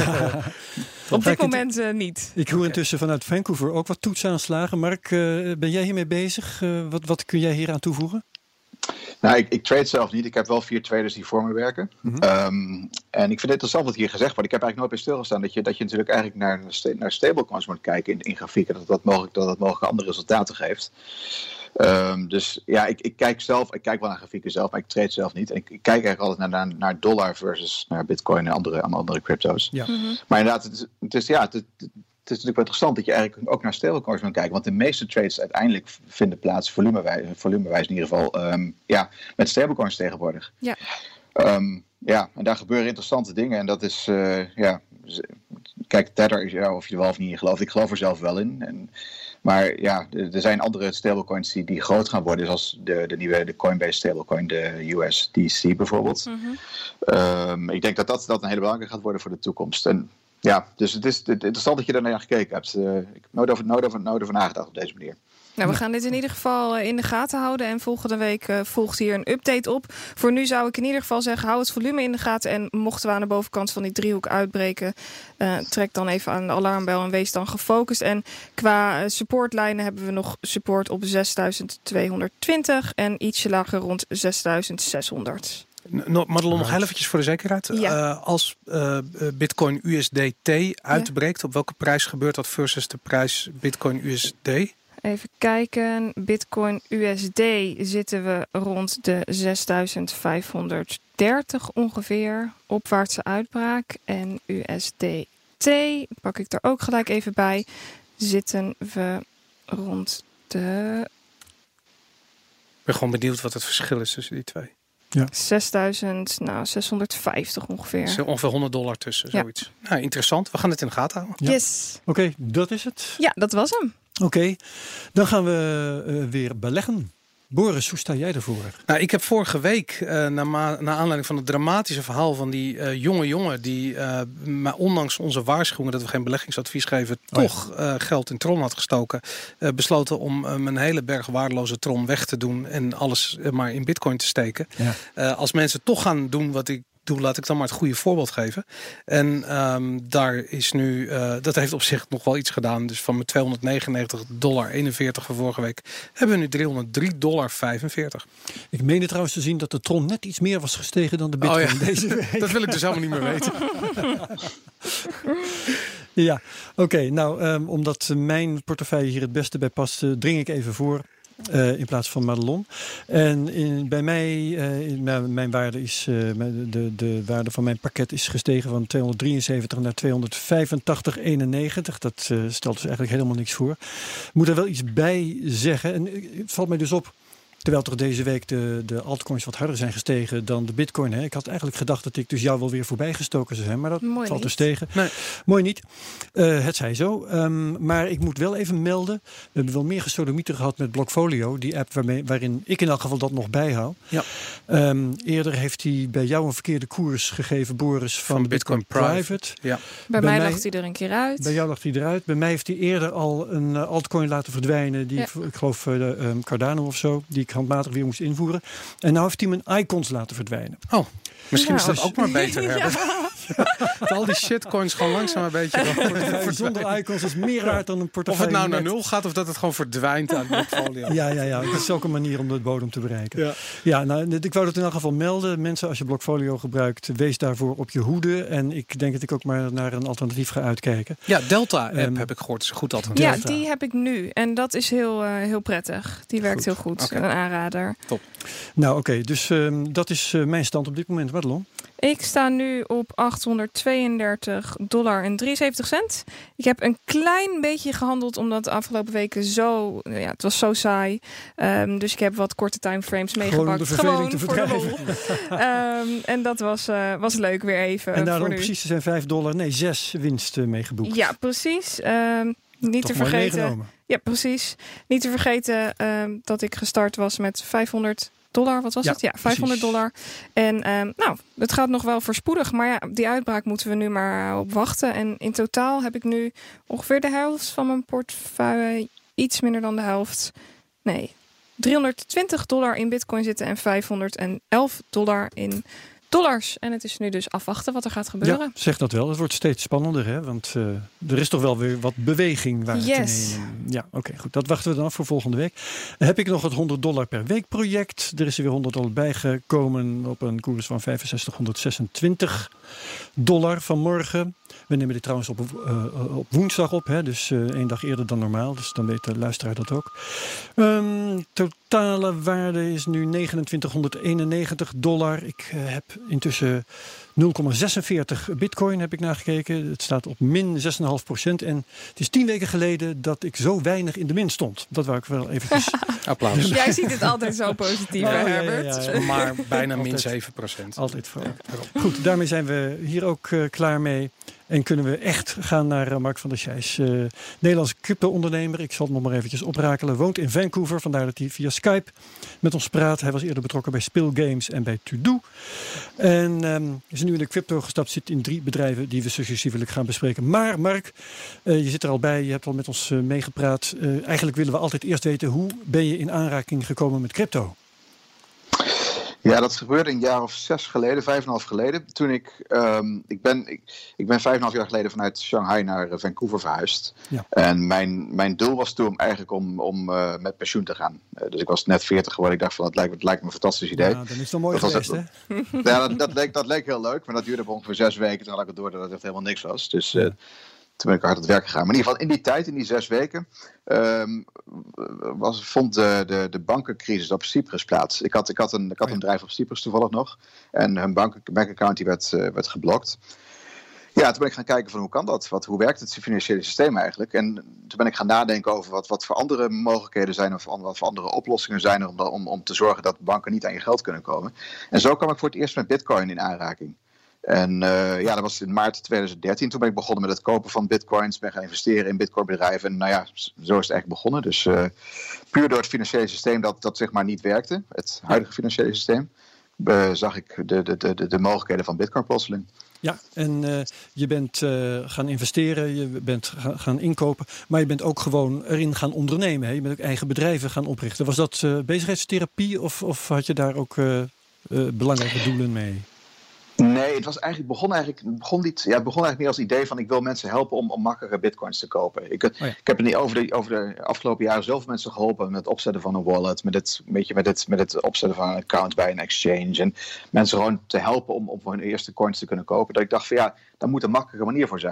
Op dit moment uh, niet. Ik hoor intussen vanuit Vancouver ook wat toetsaanslagen. Mark, uh, ben jij hiermee bezig? Uh, wat, wat kun jij hier aan toevoegen? Nou, ik, ik trade zelf niet. Ik heb wel vier traders die voor me werken. Mm-hmm. Um, en ik vind het interessant wat hier gezegd wordt. Ik heb eigenlijk nooit bij stilgestaan dat je, dat je natuurlijk eigenlijk naar, naar stablecoins moet kijken in, in grafieken. Dat dat mogelijk, dat dat mogelijk andere resultaten geeft. Um, dus ja, ik, ik kijk zelf, ik kijk wel naar grafieken zelf, maar ik trade zelf niet. En ik, ik kijk eigenlijk altijd naar, naar, naar dollar versus naar bitcoin en andere, andere crypto's. Ja. Mm-hmm. Maar inderdaad, het is, het is, ja, het, het, het is natuurlijk wel interessant dat je eigenlijk ook naar stablecoins moet kijken. Want de meeste trades uiteindelijk vinden plaats, volumewijs, volumewijs in ieder geval, um, ja, met stablecoins tegenwoordig. Ja. Um, ja, en daar gebeuren interessante dingen. En dat is, uh, ja, kijk, Tether, ja, of je er wel of niet in gelooft. Ik geloof er zelf wel in. En, maar ja, er zijn andere stablecoins die, die groot gaan worden. Zoals de, de nieuwe de Coinbase stablecoin, de U S D C bijvoorbeeld. Mm-hmm. Um, ik denk dat, dat dat een hele belangrijke gaat worden voor de toekomst. En ja, dus het is het, interessant dat je er naar gekeken hebt. Uh, ik heb nooit over, nooit, over, nooit over nagedacht op deze manier. Nou, we gaan dit in ieder geval in de gaten houden. En volgende week uh, volgt hier een update op. Voor nu zou ik in ieder geval zeggen, hou het volume in de gaten. En mochten we aan de bovenkant van die driehoek uitbreken, uh, trek dan even aan de alarmbel en wees dan gefocust. En qua supportlijnen hebben we nog support op zesduizend tweehonderdtwintig en ietsje lager rond zesduizend zeshonderd. No, Madelon, nog heel eventjes voor de zekerheid. Ja. Uh, als uh, Bitcoin U S D T uitbreekt, ja. Op welke prijs gebeurt dat versus de prijs Bitcoin U S D? Even kijken. Bitcoin U S D zitten we rond de zesduizend vijfhonderddertig ongeveer. Opwaartse uitbraak. En U S D T, pak ik er ook gelijk even bij, zitten we rond de... Ik ben gewoon benieuwd wat het verschil is tussen die twee. Ja. zesduizend, nou zeshonderdvijftig ongeveer. Er is ongeveer honderd dollar tussen, zoiets. Ja. Nou, interessant. We gaan het in de gaten houden. Ja. Yes. Oké, okay, dat is het. Ja, dat was hem. Oké, okay, dan gaan we uh, weer beleggen. Boris, hoe sta jij ervoor? Nou, ik heb vorige week, uh, naar, ma- naar aanleiding van het dramatische verhaal van die uh, jonge jongen die, uh, maar ondanks onze waarschuwingen dat we geen beleggingsadvies geven, oh ja. toch uh, geld in Tron had gestoken, uh, besloten om uh, mijn hele berg waardeloze Tron weg te doen en alles uh, maar in Bitcoin te steken. Ja. Uh, als mensen toch gaan doen wat ik doe, laat ik dan maar het goede voorbeeld geven. En um, daar is nu, uh, dat heeft op zich nog wel iets gedaan. Dus van mijn tweehonderdnegenennegentig dollar eenenveertig van vorige week hebben we nu driehonderddrie dollar vijfenveertig. Ik meende trouwens te zien dat de Tron net iets meer was gestegen dan de Bitcoin oh ja. deze week. Dat wil ik dus helemaal niet meer weten. Ja, oké. Okay, nou, um, omdat mijn portefeuille hier het beste bij past, uh, dring ik even voor. Uh, in plaats van Madelon. En in, bij mij, uh, in, nou, mijn waarde is, uh, de, de waarde van mijn pakket is gestegen van tweehonderddrieënzeventig naar tweehonderdvijfentachtig komma eenennegentig. Dat uh, stelt dus eigenlijk helemaal niks voor. Ik moet er wel iets bij zeggen. En het valt mij dus op. Terwijl toch deze week de, de altcoins wat harder zijn gestegen dan de bitcoin. Hè? Ik had eigenlijk gedacht dat ik dus jou wel weer voorbij gestoken zou zijn. Maar dat Mooi valt niet. dus tegen. Nee. Mooi niet. Uh, het zij zo. Um, maar ik moet wel even melden. We hebben wel meer gesodemieten gehad met Blockfolio. Die app waarmee, waarin ik in elk geval dat nog bijhoud. Ja. Um, eerder heeft hij bij jou een verkeerde koers gegeven, Boris, van, van Bitcoin, Bitcoin Private. Private. Ja. Bij, bij mij lag hij er een keer uit. Bij jou lag hij eruit. Bij mij heeft hij eerder al een uh, altcoin laten verdwijnen. Die, ja. Ik geloof uh, de, um, Cardano of zo. Die ik handmatig weer moest invoeren. En nou heeft hij mijn icons laten verdwijnen. Oh, misschien nou. is dat ook maar beter hebben. Ja. Dat al die shitcoins gewoon langzaam een beetje... Ja, zonder icons is meer waard dan een portefeuille. Of het nou naar nul gaat of dat het gewoon verdwijnt aan het portfolio. Ja, ja, ja. Dat is ook een manier om de bodem te bereiken. Ja, ja nou, ik wou dat in elk geval melden. Mensen, als je Blockfolio gebruikt, wees daarvoor op je hoede. En ik denk dat ik ook maar naar een alternatief ga uitkijken. Ja, Delta-app um, heb ik gehoord. Is een goed alternatief. Ja, Delta. die heb ik nu. En dat is heel, uh, heel prettig. Die werkt goed. heel goed. Okay. Een aanrader. Top. Nou, oké. Okay, dus um, dat is uh, mijn stand op dit moment. Madelon? Ik sta nu op achthonderdtweeëndertig dollar en drieënzeventig cent. Ik heb een klein beetje gehandeld, omdat de afgelopen weken zo... Ja, het was zo saai. Um, dus ik heb wat korte timeframes meegepakt. Gewoon de Gewoon voor de lol. um, en dat was, uh, was leuk weer even. En daarom voor precies te zijn vijf dollar, nee, zes winst uh, meegeboekt. Ja, precies. Um, niet Toch te mooi vergeten. Meegenomen. Ja, precies. Niet te vergeten um, dat ik gestart was met vijfhonderd dollar, wat was ja, het? Ja, vijfhonderd dollar. En um, nou, het gaat nog wel voorspoedig. Maar ja, die uitbraak moeten we nu maar op wachten. En in totaal heb ik nu ongeveer de helft van mijn portefeuille, iets minder dan de helft. Nee, driehonderdtwintig dollar in bitcoin zitten en vijfhonderdelf dollar in dollars. En het is nu dus afwachten wat er gaat gebeuren. Ja, zeg dat wel. Het wordt steeds spannender, hè? Want uh, er is toch wel weer wat beweging waar yes. te nemen. Ja, oké, okay, goed. Dat wachten we dan af voor volgende week. Dan heb ik nog het honderd dollar per week project. Er is er weer honderd dollar bijgekomen op een koers van vijfenzestigshonderdzesentwintig dollar vanmorgen. We nemen dit trouwens op, uh, op woensdag op, hè? Dus uh, één dag eerder dan normaal. Dus dan weet de luisteraar dat ook. Um, totale waarde is nu negenentwintighonderdeenennegentig dollar. Ik uh, heb intussen nul komma zesenveertig bitcoin heb ik nagekeken. Het staat op min zes komma vijf procent. En het is tien weken geleden dat ik zo weinig in de min stond. Dat wou ik wel eventjes... Applaus. Jij ziet het altijd zo positief, oh, hè, ja, Herbert? ja, ja, ja. Maar bijna min altijd, zeven procent. Altijd vrolijk. Ja, goed, daarmee zijn we hier ook uh, klaar mee. En kunnen we echt gaan naar uh, Mark van der Scheijs. Uh, Nederlandse crypto-ondernemer. Ik zal het nog maar eventjes oprakelen. Woont in Vancouver. Vandaar dat hij via Skype met ons praat. Hij was eerder betrokken bij Spill Games en bij To-Do. En um, is nu in de crypto gestapt. Zit in drie bedrijven die we successievelijk gaan bespreken. Maar Mark, uh, je zit er al bij. Je hebt al met ons uh, meegepraat. Uh, eigenlijk willen we altijd eerst weten. Hoe ben je in aanraking gekomen met crypto? Ja, dat gebeurde een jaar of zes geleden, vijf en een half geleden. Toen ik, um, ik ben, ik, ik ben vijf en een half jaar geleden vanuit Shanghai naar Vancouver verhuisd. Ja. En mijn, mijn doel was toen eigenlijk om, om uh, met pensioen te gaan. Uh, dus ik was net veertig geworden. Ik dacht van, dat lijkt, het lijkt me een fantastisch idee. Ja, dan is het wel mooi dat geweest, was, hè? Ja, dat, dat, leek, dat leek heel leuk. Maar dat duurde ongeveer zes weken. Toen had ik het door dat het echt helemaal niks was. Dus... Uh, Toen ben ik hard aan het werk gegaan. Maar in ieder geval in die tijd, in die zes weken, um, was, vond de, de, de bankencrisis op Cyprus plaats. Ik had, ik had, een, ik had een bedrijf op Cyprus toevallig nog. En hun bank, bankaccount die werd, uh, werd geblokt. Ja, toen ben ik gaan kijken van hoe kan dat? Wat, hoe werkt het financiële systeem eigenlijk? En toen ben ik gaan nadenken over wat, wat voor andere mogelijkheden zijn of wat voor andere oplossingen zijn er om, om, om te zorgen dat banken niet aan je geld kunnen komen. En zo kwam ik voor het eerst met Bitcoin in aanraking. En uh, ja, dat was in maart tweeduizend dertien. Toen ben ik begonnen met het kopen van bitcoins. Ben gaan investeren in bitcoinbedrijven. En nou ja, zo is het eigenlijk begonnen. Dus uh, puur door het financiële systeem dat, dat zeg maar niet werkte. Het huidige financiële systeem. Uh, zag ik de, de, de, de mogelijkheden van bitcoin plotseling. Ja, en uh, je bent uh, gaan investeren, je bent ga, gaan inkopen. Maar je bent ook gewoon erin gaan ondernemen. Hè? Je bent ook eigen bedrijven gaan oprichten. Was dat uh, bezigheidstherapie of, of had je daar ook uh, uh, belangrijke doelen mee? Nee, het was eigenlijk begon eigenlijk begon niet. Ja, het begon eigenlijk meer als idee van ik wil mensen helpen om, om makkelijker bitcoins te kopen. Ik, oh ja. ik heb er over de, over de afgelopen jaren zoveel mensen geholpen met het opzetten van een wallet, met het, weet je, met het, met het opzetten van een account bij een exchange en mensen gewoon te helpen om, om voor hun eerste coins te kunnen kopen. Dat ik dacht van ja, daar moet een makkelijke manier voor zijn.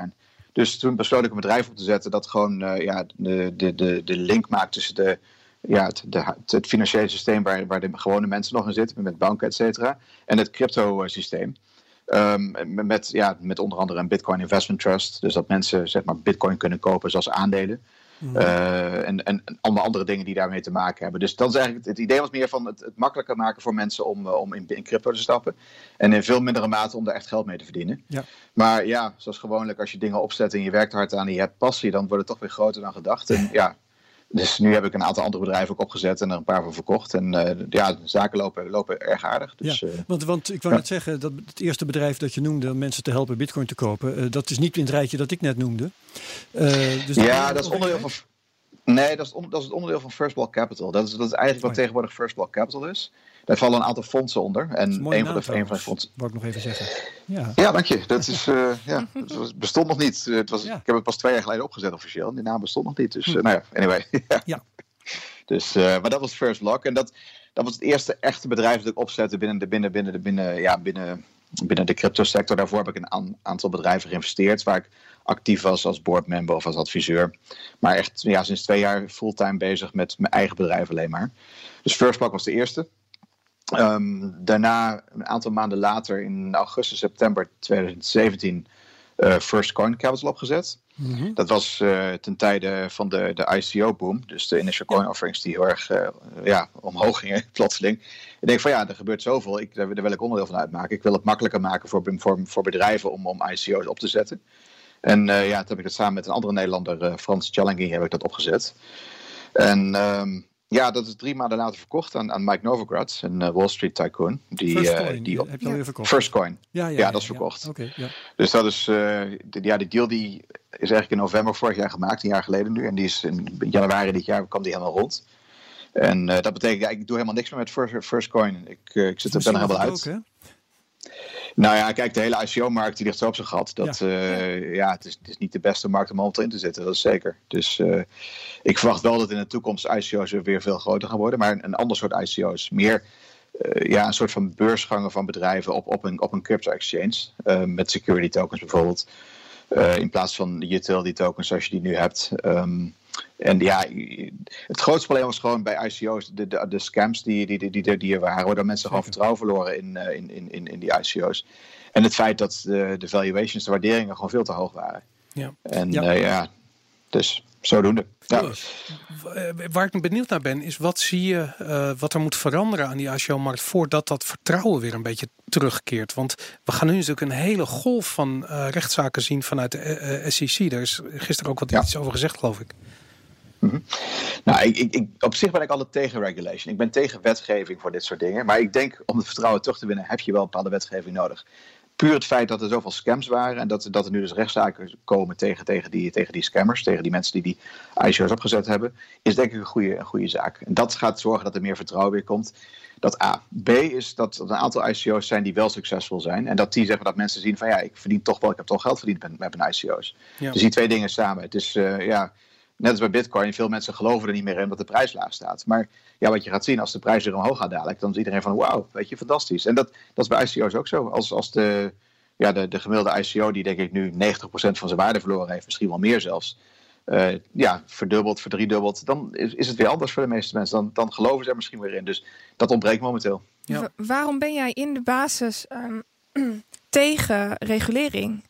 Dus toen besloot ik een bedrijf op te zetten dat gewoon uh, ja, de, de, de, de link maakt tussen de, ja, het, de, het financiële systeem waar, waar de gewone mensen nog in zitten, met banken, et cetera, en het crypto systeem. Um, met, ja, met onder andere een Bitcoin Investment Trust. Dus dat mensen zeg maar Bitcoin kunnen kopen zoals aandelen. Mm. Uh, en, en allemaal andere dingen die daarmee te maken hebben. Dus dat is eigenlijk het, het idee was meer van het, het makkelijker maken voor mensen om, uh, om in, in crypto te stappen. En in veel mindere mate om daar echt geld mee te verdienen. Ja. Maar ja, zoals gewoonlijk als je dingen opzet en je werkt hard aan en je hebt passie, dan wordt het toch weer groter dan gedacht. En ja, dus nu heb ik een aantal andere bedrijven ook opgezet en er een paar van verkocht. En uh, ja, de zaken lopen, lopen erg aardig. Dus, ja, uh, want, want ik wou ja. net zeggen, dat het eerste bedrijf dat je noemde om mensen te helpen Bitcoin te kopen, uh, dat is niet in het rijtje dat ik net noemde. Uh, dus ja, dat, dat is onderdeel van... Nee, dat is, on, dat is het onderdeel van First Block Capital. Dat is, dat is eigenlijk wat oh ja. tegenwoordig First Block Capital is. Daar vallen een aantal fondsen onder. En een, een van de, een van de fondsen. Wou ik nog even zeggen. Ja, ja dank je. Dat is, uh, ja, het bestond nog niet. Het was, ja. Ik heb het pas twee jaar geleden opgezet officieel. Die naam bestond nog niet. Dus, hm. uh, nou ja, anyway. ja. ja. Dus, uh, maar dat was First Block. En dat, dat was het eerste echte bedrijf dat ik opzette binnen de, binnen, binnen de, binnen, ja, binnen, binnen de crypto sector. Daarvoor heb ik een aan, aantal bedrijven geïnvesteerd waar ik actief was als boardmember of als adviseur. Maar echt ja, sinds twee jaar fulltime bezig met mijn eigen bedrijf alleen maar. Dus First Block was de eerste. Um, daarna, een aantal maanden later, in augustus, september twintig zeventien, uh, First Coin Capital opgezet. Mm-hmm. Dat was uh, ten tijde van de, de I C O-boom. Dus de initial coin offerings die heel erg uh, ja, omhoog gingen, plotseling. Ik denk van ja, er gebeurt zoveel. Ik, daar, daar wil ik onderdeel van uitmaken. Ik wil het makkelijker maken voor, voor, voor bedrijven om, om I C O's op te zetten. En uh, ja, toen heb ik het samen met een andere Nederlander, uh, Frans Challengi, heb ik dat opgezet. En um, ja, dat is drie maanden later verkocht aan, aan Mike Novogratz, een uh, Wall Street tycoon. Die, First Coin, uh, die op, heb je alweer verkocht? First Coin, ja, ja, ja, ja dat is verkocht. Ja, okay, ja. Dus dat is, uh, de, ja, die deal die is eigenlijk in november vorig jaar gemaakt, een jaar geleden nu. En die is in januari dit jaar, kwam die helemaal rond. En uh, dat betekent, ja, ik doe helemaal niks meer met First, first Coin. Ik, uh, ik zit er bijna helemaal uit. Ook, nou ja, kijk, de hele I C O-markt die ligt zo op zijn gat. Dat, ja. Uh, ja, het is, het is niet de beste markt om momenteel in te zitten, dat is zeker. Dus uh, ik verwacht wel dat in de toekomst I C O's weer veel groter gaan worden. Maar een, een ander soort I C O's. Meer uh, ja, een soort van beursgangen van bedrijven op, op een, op een crypto-exchange. Uh, met security tokens bijvoorbeeld. Uh, in plaats van de utility tokens zoals je die nu hebt. Um, En ja, het grootste probleem was gewoon bij I C O's, de, de, de scams die, die, die, die, die er waren, waardoor mensen gewoon vertrouwen verloren in, in, in, in die I C O's. En het feit dat de, de valuations, de waarderingen gewoon veel te hoog waren. Ja. En ja, uh, ja dus zodoende. Ja. Waar ik benieuwd naar ben, is wat zie je, uh, wat er moet veranderen aan die I C O-markt voordat dat vertrouwen weer een beetje terugkeert? Want we gaan nu natuurlijk een hele golf van uh, rechtszaken zien vanuit de uh, S E C. Daar is gisteren ook wat ja. iets over gezegd, geloof ik. Mm-hmm. Nou, ik, ik, ik, op zich ben ik altijd tegen regulation. Ik ben tegen wetgeving voor dit soort dingen. Maar ik denk, om het vertrouwen terug te winnen, heb je wel bepaalde wetgeving nodig. Puur het feit dat er zoveel scams waren en dat, dat er nu dus rechtszaken komen tegen, tegen, die, tegen die scammers, tegen die mensen die die I C O's opgezet hebben, is denk ik een goede, een goede zaak. En dat gaat zorgen dat er meer vertrouwen weer komt. Dat A. B is dat er een aantal I C O's zijn die wel succesvol zijn. En dat die zeggen dat mensen zien van ja, ik verdien toch wel, ik heb toch geld verdiend met, met mijn I C O's. Ja. Dus die twee dingen samen. Het is uh, ja, net als bij Bitcoin, veel mensen geloven er niet meer in dat de prijs laag staat. Maar ja, wat je gaat zien, als de prijs weer omhoog gaat dadelijk, dan is iedereen van wauw, weet je, fantastisch. En dat, dat is bij I C O's ook zo. Als, als de, ja, de, de gemiddelde I C O, die denk ik nu negentig procent van zijn waarde verloren heeft, misschien wel meer zelfs, uh, ja, verdubbeld, verdriedubbeld, dan is, is het weer anders voor de meeste mensen. Dan, dan geloven ze er misschien weer in. Dus dat ontbreekt momenteel. Ja. W- waarom ben jij in de basis um, tegen regulering?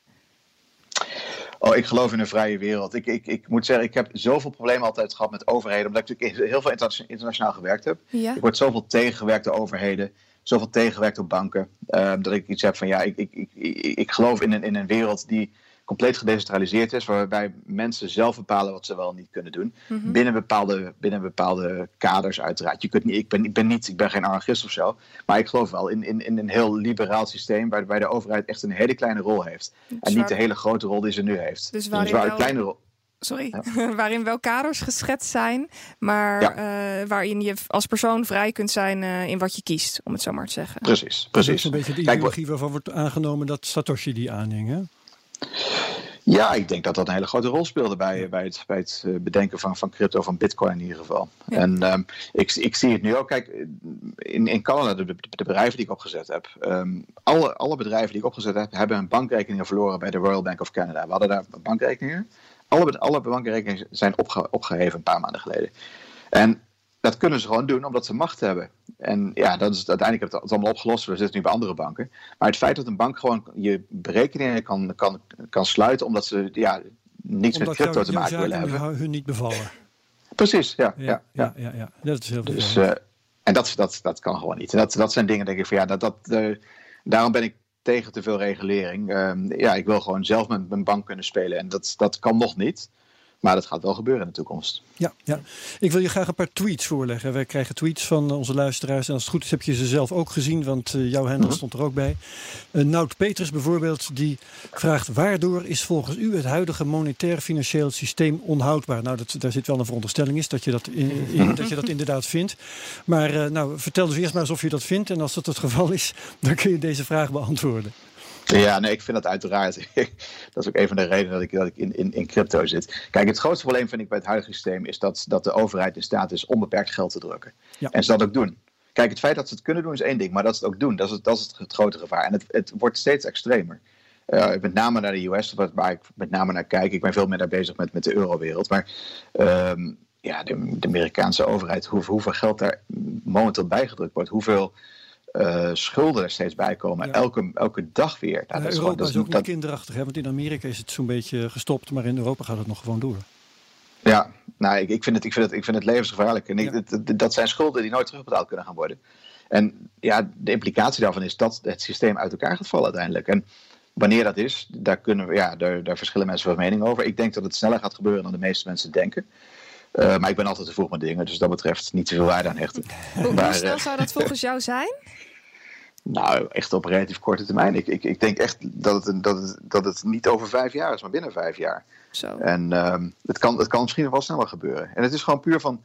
Oh, ik geloof in een vrije wereld. Ik, ik, ik moet zeggen, ik heb zoveel problemen altijd gehad met overheden, omdat ik natuurlijk heel veel interna- internationaal gewerkt heb. Ja. Ik word zoveel tegengewerkt door overheden, zoveel tegengewerkt door banken, uh, dat ik iets heb van ja, ik, ik, ik, ik, ik geloof in een, in een wereld die compleet gedecentraliseerd is, waarbij mensen zelf bepalen wat ze wel niet kunnen doen. Mm-hmm. Binnen bepaalde, binnen bepaalde kaders uiteraard. Je kunt niet, ik, ben, ik ben niet, ik ben geen anarchist of zo, maar ik geloof wel in, in, in een heel liberaal systeem waarbij de overheid echt een hele kleine rol heeft. Dus en niet de hele grote rol die ze nu heeft. Dus waarin, dus wel, kleine rol, sorry, ja. waarin wel kaders geschetst zijn, maar ja. uh, waarin je als persoon vrij kunt zijn uh, in wat je kiest, om het zo maar te zeggen. Precies, precies. Dat is een beetje de ideologie waarvan wordt aangenomen dat Satoshi die aanhing, hè? Ja, ik denk dat dat een hele grote rol speelde bij, bij, het, bij het bedenken van, van crypto, van bitcoin in ieder geval. Ja. En um, ik, ik zie het nu ook. Kijk, in, in Canada, de, de bedrijven die ik opgezet heb, um, alle, alle bedrijven die ik opgezet heb, hebben hun bankrekeningen verloren bij de Royal Bank of Canada. We hadden daar bankrekeningen. Alle, alle bankrekeningen zijn opge, opgeheven een paar maanden geleden. En dat kunnen ze gewoon doen omdat ze macht hebben. En ja, dat is, uiteindelijk heb ik het allemaal opgelost. We zitten nu bij andere banken. Maar het feit dat een bank gewoon je berekeningen kan, kan, kan sluiten omdat ze ja, niets omdat met crypto jou, te maken willen hebben. Hun niet bevallen. Precies, ja. Ja, ja, ja, ja, ja. Dat is heel veel. Dus, uh, en dat, dat, dat kan gewoon niet. En dat, dat zijn dingen, denk ik, van ja, dat, dat, uh, daarom ben ik tegen te veel regulering. Uh, ja, ik wil gewoon zelf met mijn bank kunnen spelen. En dat, dat kan nog niet. Maar dat gaat wel gebeuren in de toekomst. Ja, ja, ik wil je graag een paar tweets voorleggen. Wij krijgen tweets van onze luisteraars. En als het goed is heb je ze zelf ook gezien. Want uh, jouw handle mm-hmm. stond er ook bij. Uh, Nout Peters bijvoorbeeld. Die vraagt: waardoor is volgens u het huidige monetair financieel systeem onhoudbaar? Nou, dat, daar zit wel een veronderstelling is dat je dat, in, in, dat, je dat inderdaad vindt. Maar uh, nou, vertel dus eerst maar eens of je dat vindt. En als dat het geval is, dan kun je deze vraag beantwoorden. Ja, nee, ik vind dat uiteraard. Dat is ook een van de redenen dat ik, dat ik in, in, in crypto zit. Kijk, het grootste probleem vind ik bij het huidige systeem is dat, dat de overheid in staat is onbeperkt geld te drukken. Ja. En ze dat ook doen. Kijk, het feit dat ze het kunnen doen is één ding, maar dat ze het ook doen, dat is het, dat is het, het grote gevaar. En het, het wordt steeds extremer. Uh, met name naar de U S, waar ik met name naar kijk. Ik ben veel meer daar bezig met, met de eurowereld. Maar um, ja, de, de Amerikaanse overheid, hoe, hoeveel geld daar momenteel bijgedrukt wordt, hoeveel Uh, schulden er steeds bij komen. Ja. Elke, elke dag weer. Nou, ja, dat is Europa gewoon, is ook niet kinderachtig. Hè? Want in Amerika is het zo'n beetje gestopt. Maar in Europa gaat het nog gewoon door. Ja, nou, ik, ik, vind, het, ik, vind, het, ik vind het levensgevaarlijk. En ik, ja. het, dat zijn schulden die nooit terugbetaald kunnen gaan worden. En ja, de implicatie daarvan is dat het systeem uit elkaar gaat vallen uiteindelijk. En wanneer dat is, daar, kunnen we, ja, daar, daar verschillen mensen van mening over. Ik denk dat het sneller gaat gebeuren dan de meeste mensen denken. Uh, maar ik ben altijd te vroeg met dingen, dus dat betreft niet te veel waarde aan hechten. Hoe maar, snel zou dat volgens jou zijn? Nou, echt op relatief korte termijn. Ik, ik, ik denk echt dat het, dat, het, dat het niet over vijf jaar is, maar binnen vijf jaar. Zo. En um, het, kan, het kan misschien nog wel sneller gebeuren. En het is gewoon puur van,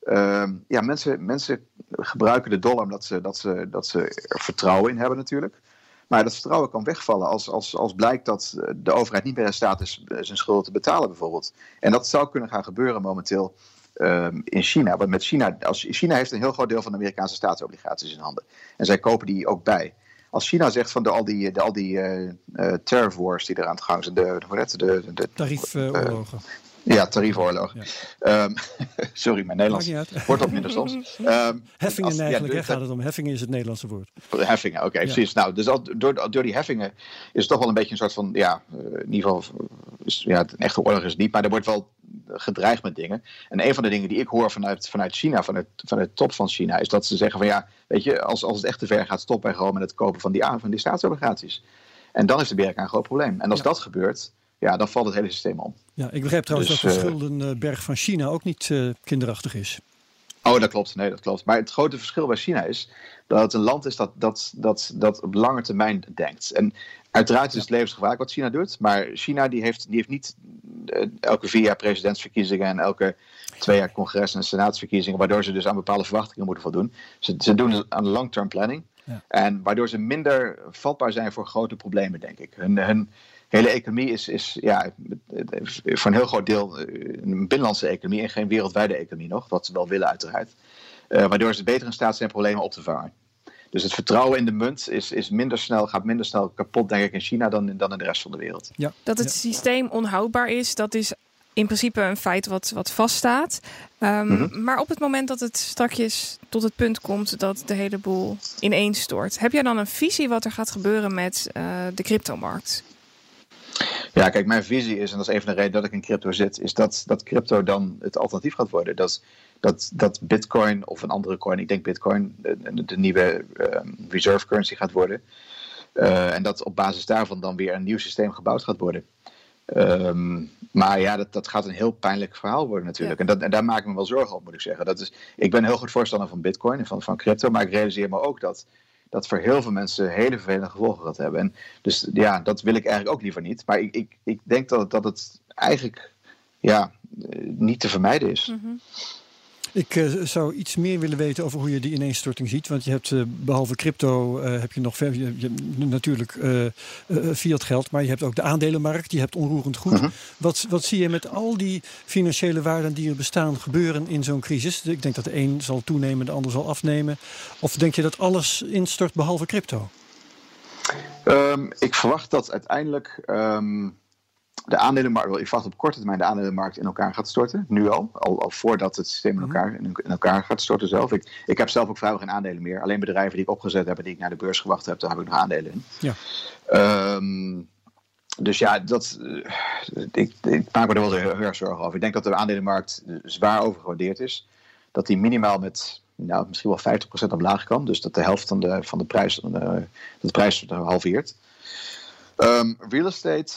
um, ja, mensen, mensen gebruiken de dollar omdat ze, dat ze, dat ze er vertrouwen in hebben natuurlijk. Maar dat vertrouwen kan wegvallen als, als, als blijkt dat de overheid niet meer in staat is zijn schulden te betalen bijvoorbeeld. En dat zou kunnen gaan gebeuren momenteel um, in China. Want met China, als, China heeft een heel groot deel van de Amerikaanse staatsobligaties in handen. En zij kopen die ook bij. Als China zegt van de, al die, de, al die uh, uh, tariff wars die eraan te gang zijn, de, de, de, de, de tariefoorlogen. Uh, Ja, tariefoorlog. Ja. Um, sorry, mijn Nederlands wordt wat minder soms. Um, heffingen als, eigenlijk, ja, de, gaat het om. Heffingen is het Nederlandse woord. Heffingen, oké, okay, ja. Precies. Nou, dus al, door, door die heffingen is het toch wel een beetje een soort van, ja, in ieder geval, is, ja, een echte oorlog is het niet, maar er wordt wel gedreigd met dingen. En een van de dingen die ik hoor vanuit, vanuit China, vanuit, vanuit de top van China, is dat ze zeggen van ja, weet je, als, als het echt te ver gaat, stop bij gewoon met het kopen van die, van die staatsobligaties. En dan heeft de Amerika een groot probleem. En als ja. dat gebeurt, ja, dan valt het hele systeem om. Ja, ik begrijp trouwens dus, dat de schuldenberg van China ook niet uh, kinderachtig is. Oh, dat klopt. Nee, dat klopt. Maar het grote verschil bij China is dat het een land is dat, dat, dat, dat op lange termijn denkt. En uiteraard is het levensgevaarlijk wat China doet. Maar China die heeft, die heeft niet uh, elke vier jaar presidentsverkiezingen en elke twee jaar congres- en senaatsverkiezingen, waardoor ze dus aan bepaalde verwachtingen moeten voldoen. Ze, ze doen aan de long-term planning. Ja. En waardoor ze minder vatbaar zijn voor grote problemen, denk ik. Hun, hun hele economie is, is ja, voor een heel groot deel een binnenlandse economie en geen wereldwijde economie nog, wat ze wel willen uiteraard. Uh, waardoor ze beter in staat zijn problemen op te vangen. Dus het vertrouwen in de munt is, is minder snel, gaat minder snel kapot, denk ik, in China dan, dan in de rest van de wereld. Ja. Dat het systeem onhoudbaar is, dat is in principe een feit wat, wat vaststaat. Um, mm-hmm. Maar op het moment dat het strakjes tot het punt komt dat de hele boel ineenstort, heb jij dan een visie wat er gaat gebeuren met uh, de cryptomarkt? Ja, kijk, mijn visie is, en dat is een van de redenen dat ik in crypto zit, is dat, dat crypto dan het alternatief gaat worden. Dat, dat, dat bitcoin of een andere coin, ik denk bitcoin, de, de nieuwe um, reserve currency gaat worden. Uh, en dat op basis daarvan dan weer een nieuw systeem gebouwd gaat worden. Um, maar ja, dat, dat gaat een heel pijnlijk verhaal worden natuurlijk. Ja. En, dat, en daar maak ik me wel zorgen op, moet ik zeggen. Dat is, ik ben een heel goed voorstander van bitcoin en van, van crypto, maar ik realiseer me ook dat dat voor heel veel mensen hele vervelende gevolgen gaat hebben. En dus ja, dat wil ik eigenlijk ook liever niet. Maar ik, ik, ik denk dat het, dat het eigenlijk ja, niet te vermijden is. Mm-hmm. Ik uh, zou iets meer willen weten over hoe je die ineenstorting ziet. Want je hebt uh, behalve crypto uh, heb je nog ver, je, je, natuurlijk uh, uh, fiat geld, maar je hebt ook de aandelenmarkt. Je hebt onroerend goed. Uh-huh. Wat, wat zie je met al die financiële waarden die er bestaan gebeuren in zo'n crisis? Ik denk dat de een zal toenemen, de ander zal afnemen. Of denk je dat alles instort behalve crypto? Um, ik verwacht dat uiteindelijk um, de aandelenmarkt, ik verwacht op korte termijn de aandelenmarkt in elkaar gaat storten. Nu al, al, al voordat het systeem in elkaar, in, in elkaar gaat storten zelf. Ik, ik heb zelf ook vrijwel geen aandelen meer. Alleen bedrijven die ik opgezet heb en die ik naar de beurs gewacht heb, daar heb ik nog aandelen in. Ja. Um, dus ja, dat, uh, ik, ik maak me er wel heel erg zorgen over. Ik denk dat de aandelenmarkt zwaar overgewaardeerd is. Dat die minimaal met nou, misschien wel vijftig procent omlaag kan. Dus dat de helft van de, van de prijs, uh, dat de prijs halveert. Um, real estate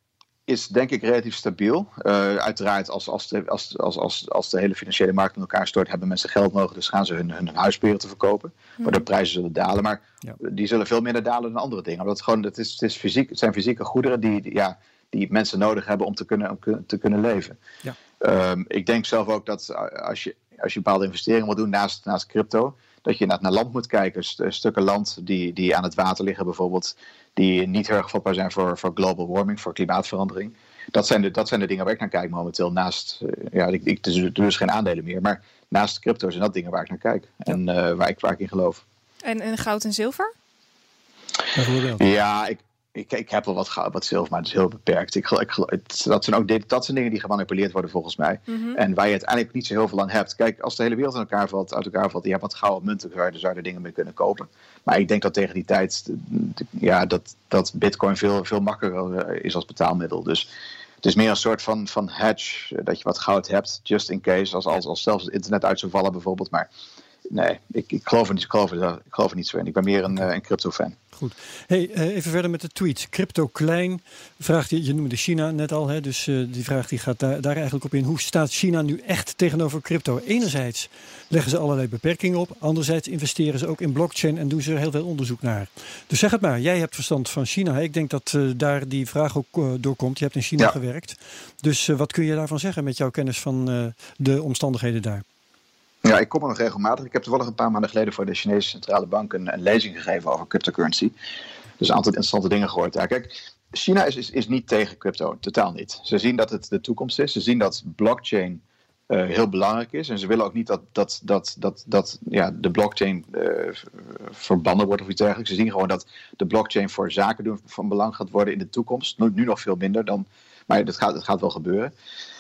is denk ik relatief stabiel. Uh, uiteraard als, als, de, als, als, als, als de hele financiële markt in elkaar stort, hebben mensen geld nodig. Dus gaan ze hun, hun huis proberen te verkopen. Hmm. Waardoor prijzen zullen dalen. Maar ja. die zullen veel minder dalen dan andere dingen. Omdat het, gewoon, het, is, het, is fysiek, het zijn fysieke goederen die, die, ja, die mensen nodig hebben om te kunnen, om te kunnen leven. Ja. Um, ik denk zelf ook dat als je, als je bepaalde investeringen wil doen naast, naast crypto, dat je naar land moet kijken. St- stukken land die, die aan het water liggen bijvoorbeeld, die niet heel erg vatbaar zijn voor, voor global warming, voor klimaatverandering. Dat zijn de, dat zijn de dingen waar ik naar kijk momenteel. Naast, uh, ja, ik, ik doe dus geen aandelen meer, maar naast crypto zijn dat dingen waar ik naar kijk. En uh, waar, ik, waar ik in geloof. En, en goud en zilver? Bijvoorbeeld. Ja, ik, ik, ik heb wel wat goud, wat zilver, maar het is heel beperkt. Ik, ik, het, dat, zijn ook de, dat zijn dingen die gemanipuleerd worden volgens mij. Mm-hmm. En waar je uiteindelijk niet zo heel veel aan hebt. Kijk, als de hele wereld in elkaar valt, uit elkaar valt, je hebt wat gouden munten, zou je, zou je er dingen mee kunnen kopen. Maar ik denk dat tegen die tijd, ja, dat, dat bitcoin veel, veel makkelijker is als betaalmiddel. Dus het is meer een soort van, van hedge, dat je wat goud hebt, just in case, als, als, als zelfs het internet uit zou vallen bijvoorbeeld. Maar nee, ik, ik, geloof er niet, ik, geloof er, ik geloof er niet zo in. Ik ben meer een, een crypto-fan. Goed. Hey, even verder met de tweet. Crypto Klein vraagt, je, je noemde China net al, hè, dus uh, die vraag die gaat daar, daar eigenlijk op in. Hoe staat China nu echt tegenover crypto? Enerzijds leggen ze allerlei beperkingen op. Anderzijds investeren ze ook in blockchain en doen ze er heel veel onderzoek naar. Dus zeg het maar, jij hebt verstand van China. Ik denk dat uh, daar die vraag ook uh, doorkomt. Je hebt in China ja. gewerkt. Dus uh, wat kun je daarvan zeggen met jouw kennis van uh, de omstandigheden daar? Ja, ik kom er nog regelmatig. Ik heb toevallig een paar maanden geleden voor de Chinese Centrale Bank een, een lezing gegeven over cryptocurrency. Dus een aantal interessante dingen gehoord. Ja, kijk, China is, is, is niet tegen crypto, totaal niet. Ze zien dat het de toekomst is. Ze zien dat blockchain uh, heel belangrijk is. En ze willen ook niet dat, dat, dat, dat, dat ja, de blockchain uh, verbannen wordt of iets dergelijks. Ze zien gewoon dat de blockchain voor zaken doen van belang gaat worden in de toekomst. Nu, nu nog veel minder dan, maar dat gaat, dat gaat wel gebeuren.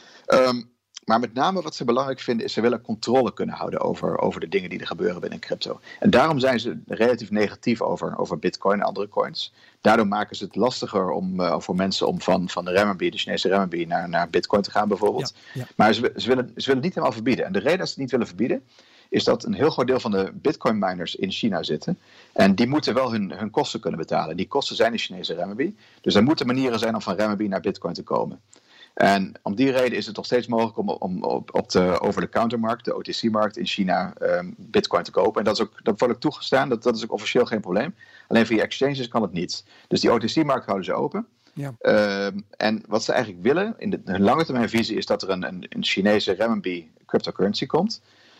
Um, Maar met name wat ze belangrijk vinden is, ze willen controle kunnen houden over, over de dingen die er gebeuren binnen crypto. En daarom zijn ze relatief negatief over, over bitcoin en andere coins. Daardoor maken ze het lastiger om, uh, voor mensen om van, van de renminbi, de Chinese renminbi, naar, naar bitcoin te gaan bijvoorbeeld. Ja, ja. Maar ze, ze, willen, ze willen het niet helemaal verbieden. En de reden dat ze het niet willen verbieden, is dat een heel groot deel van de bitcoin miners in China zitten. En die moeten wel hun, hun kosten kunnen betalen. Die kosten zijn de Chinese renminbi. Dus er moeten manieren zijn om van renminbi naar bitcoin te komen. En om die reden is het nog steeds mogelijk om, om op, op de over-the-counter-markt, de O T C-markt in China, um, bitcoin te kopen. En dat, is ook, dat wordt ook toegestaan, dat, dat is ook officieel geen probleem. Alleen via exchanges kan het niet. Dus die O T C-markt houden ze open. Ja. Um, en wat ze eigenlijk willen, in de, hun lange termijn visie, is dat er een, een, een Chinese renminbi cryptocurrency komt.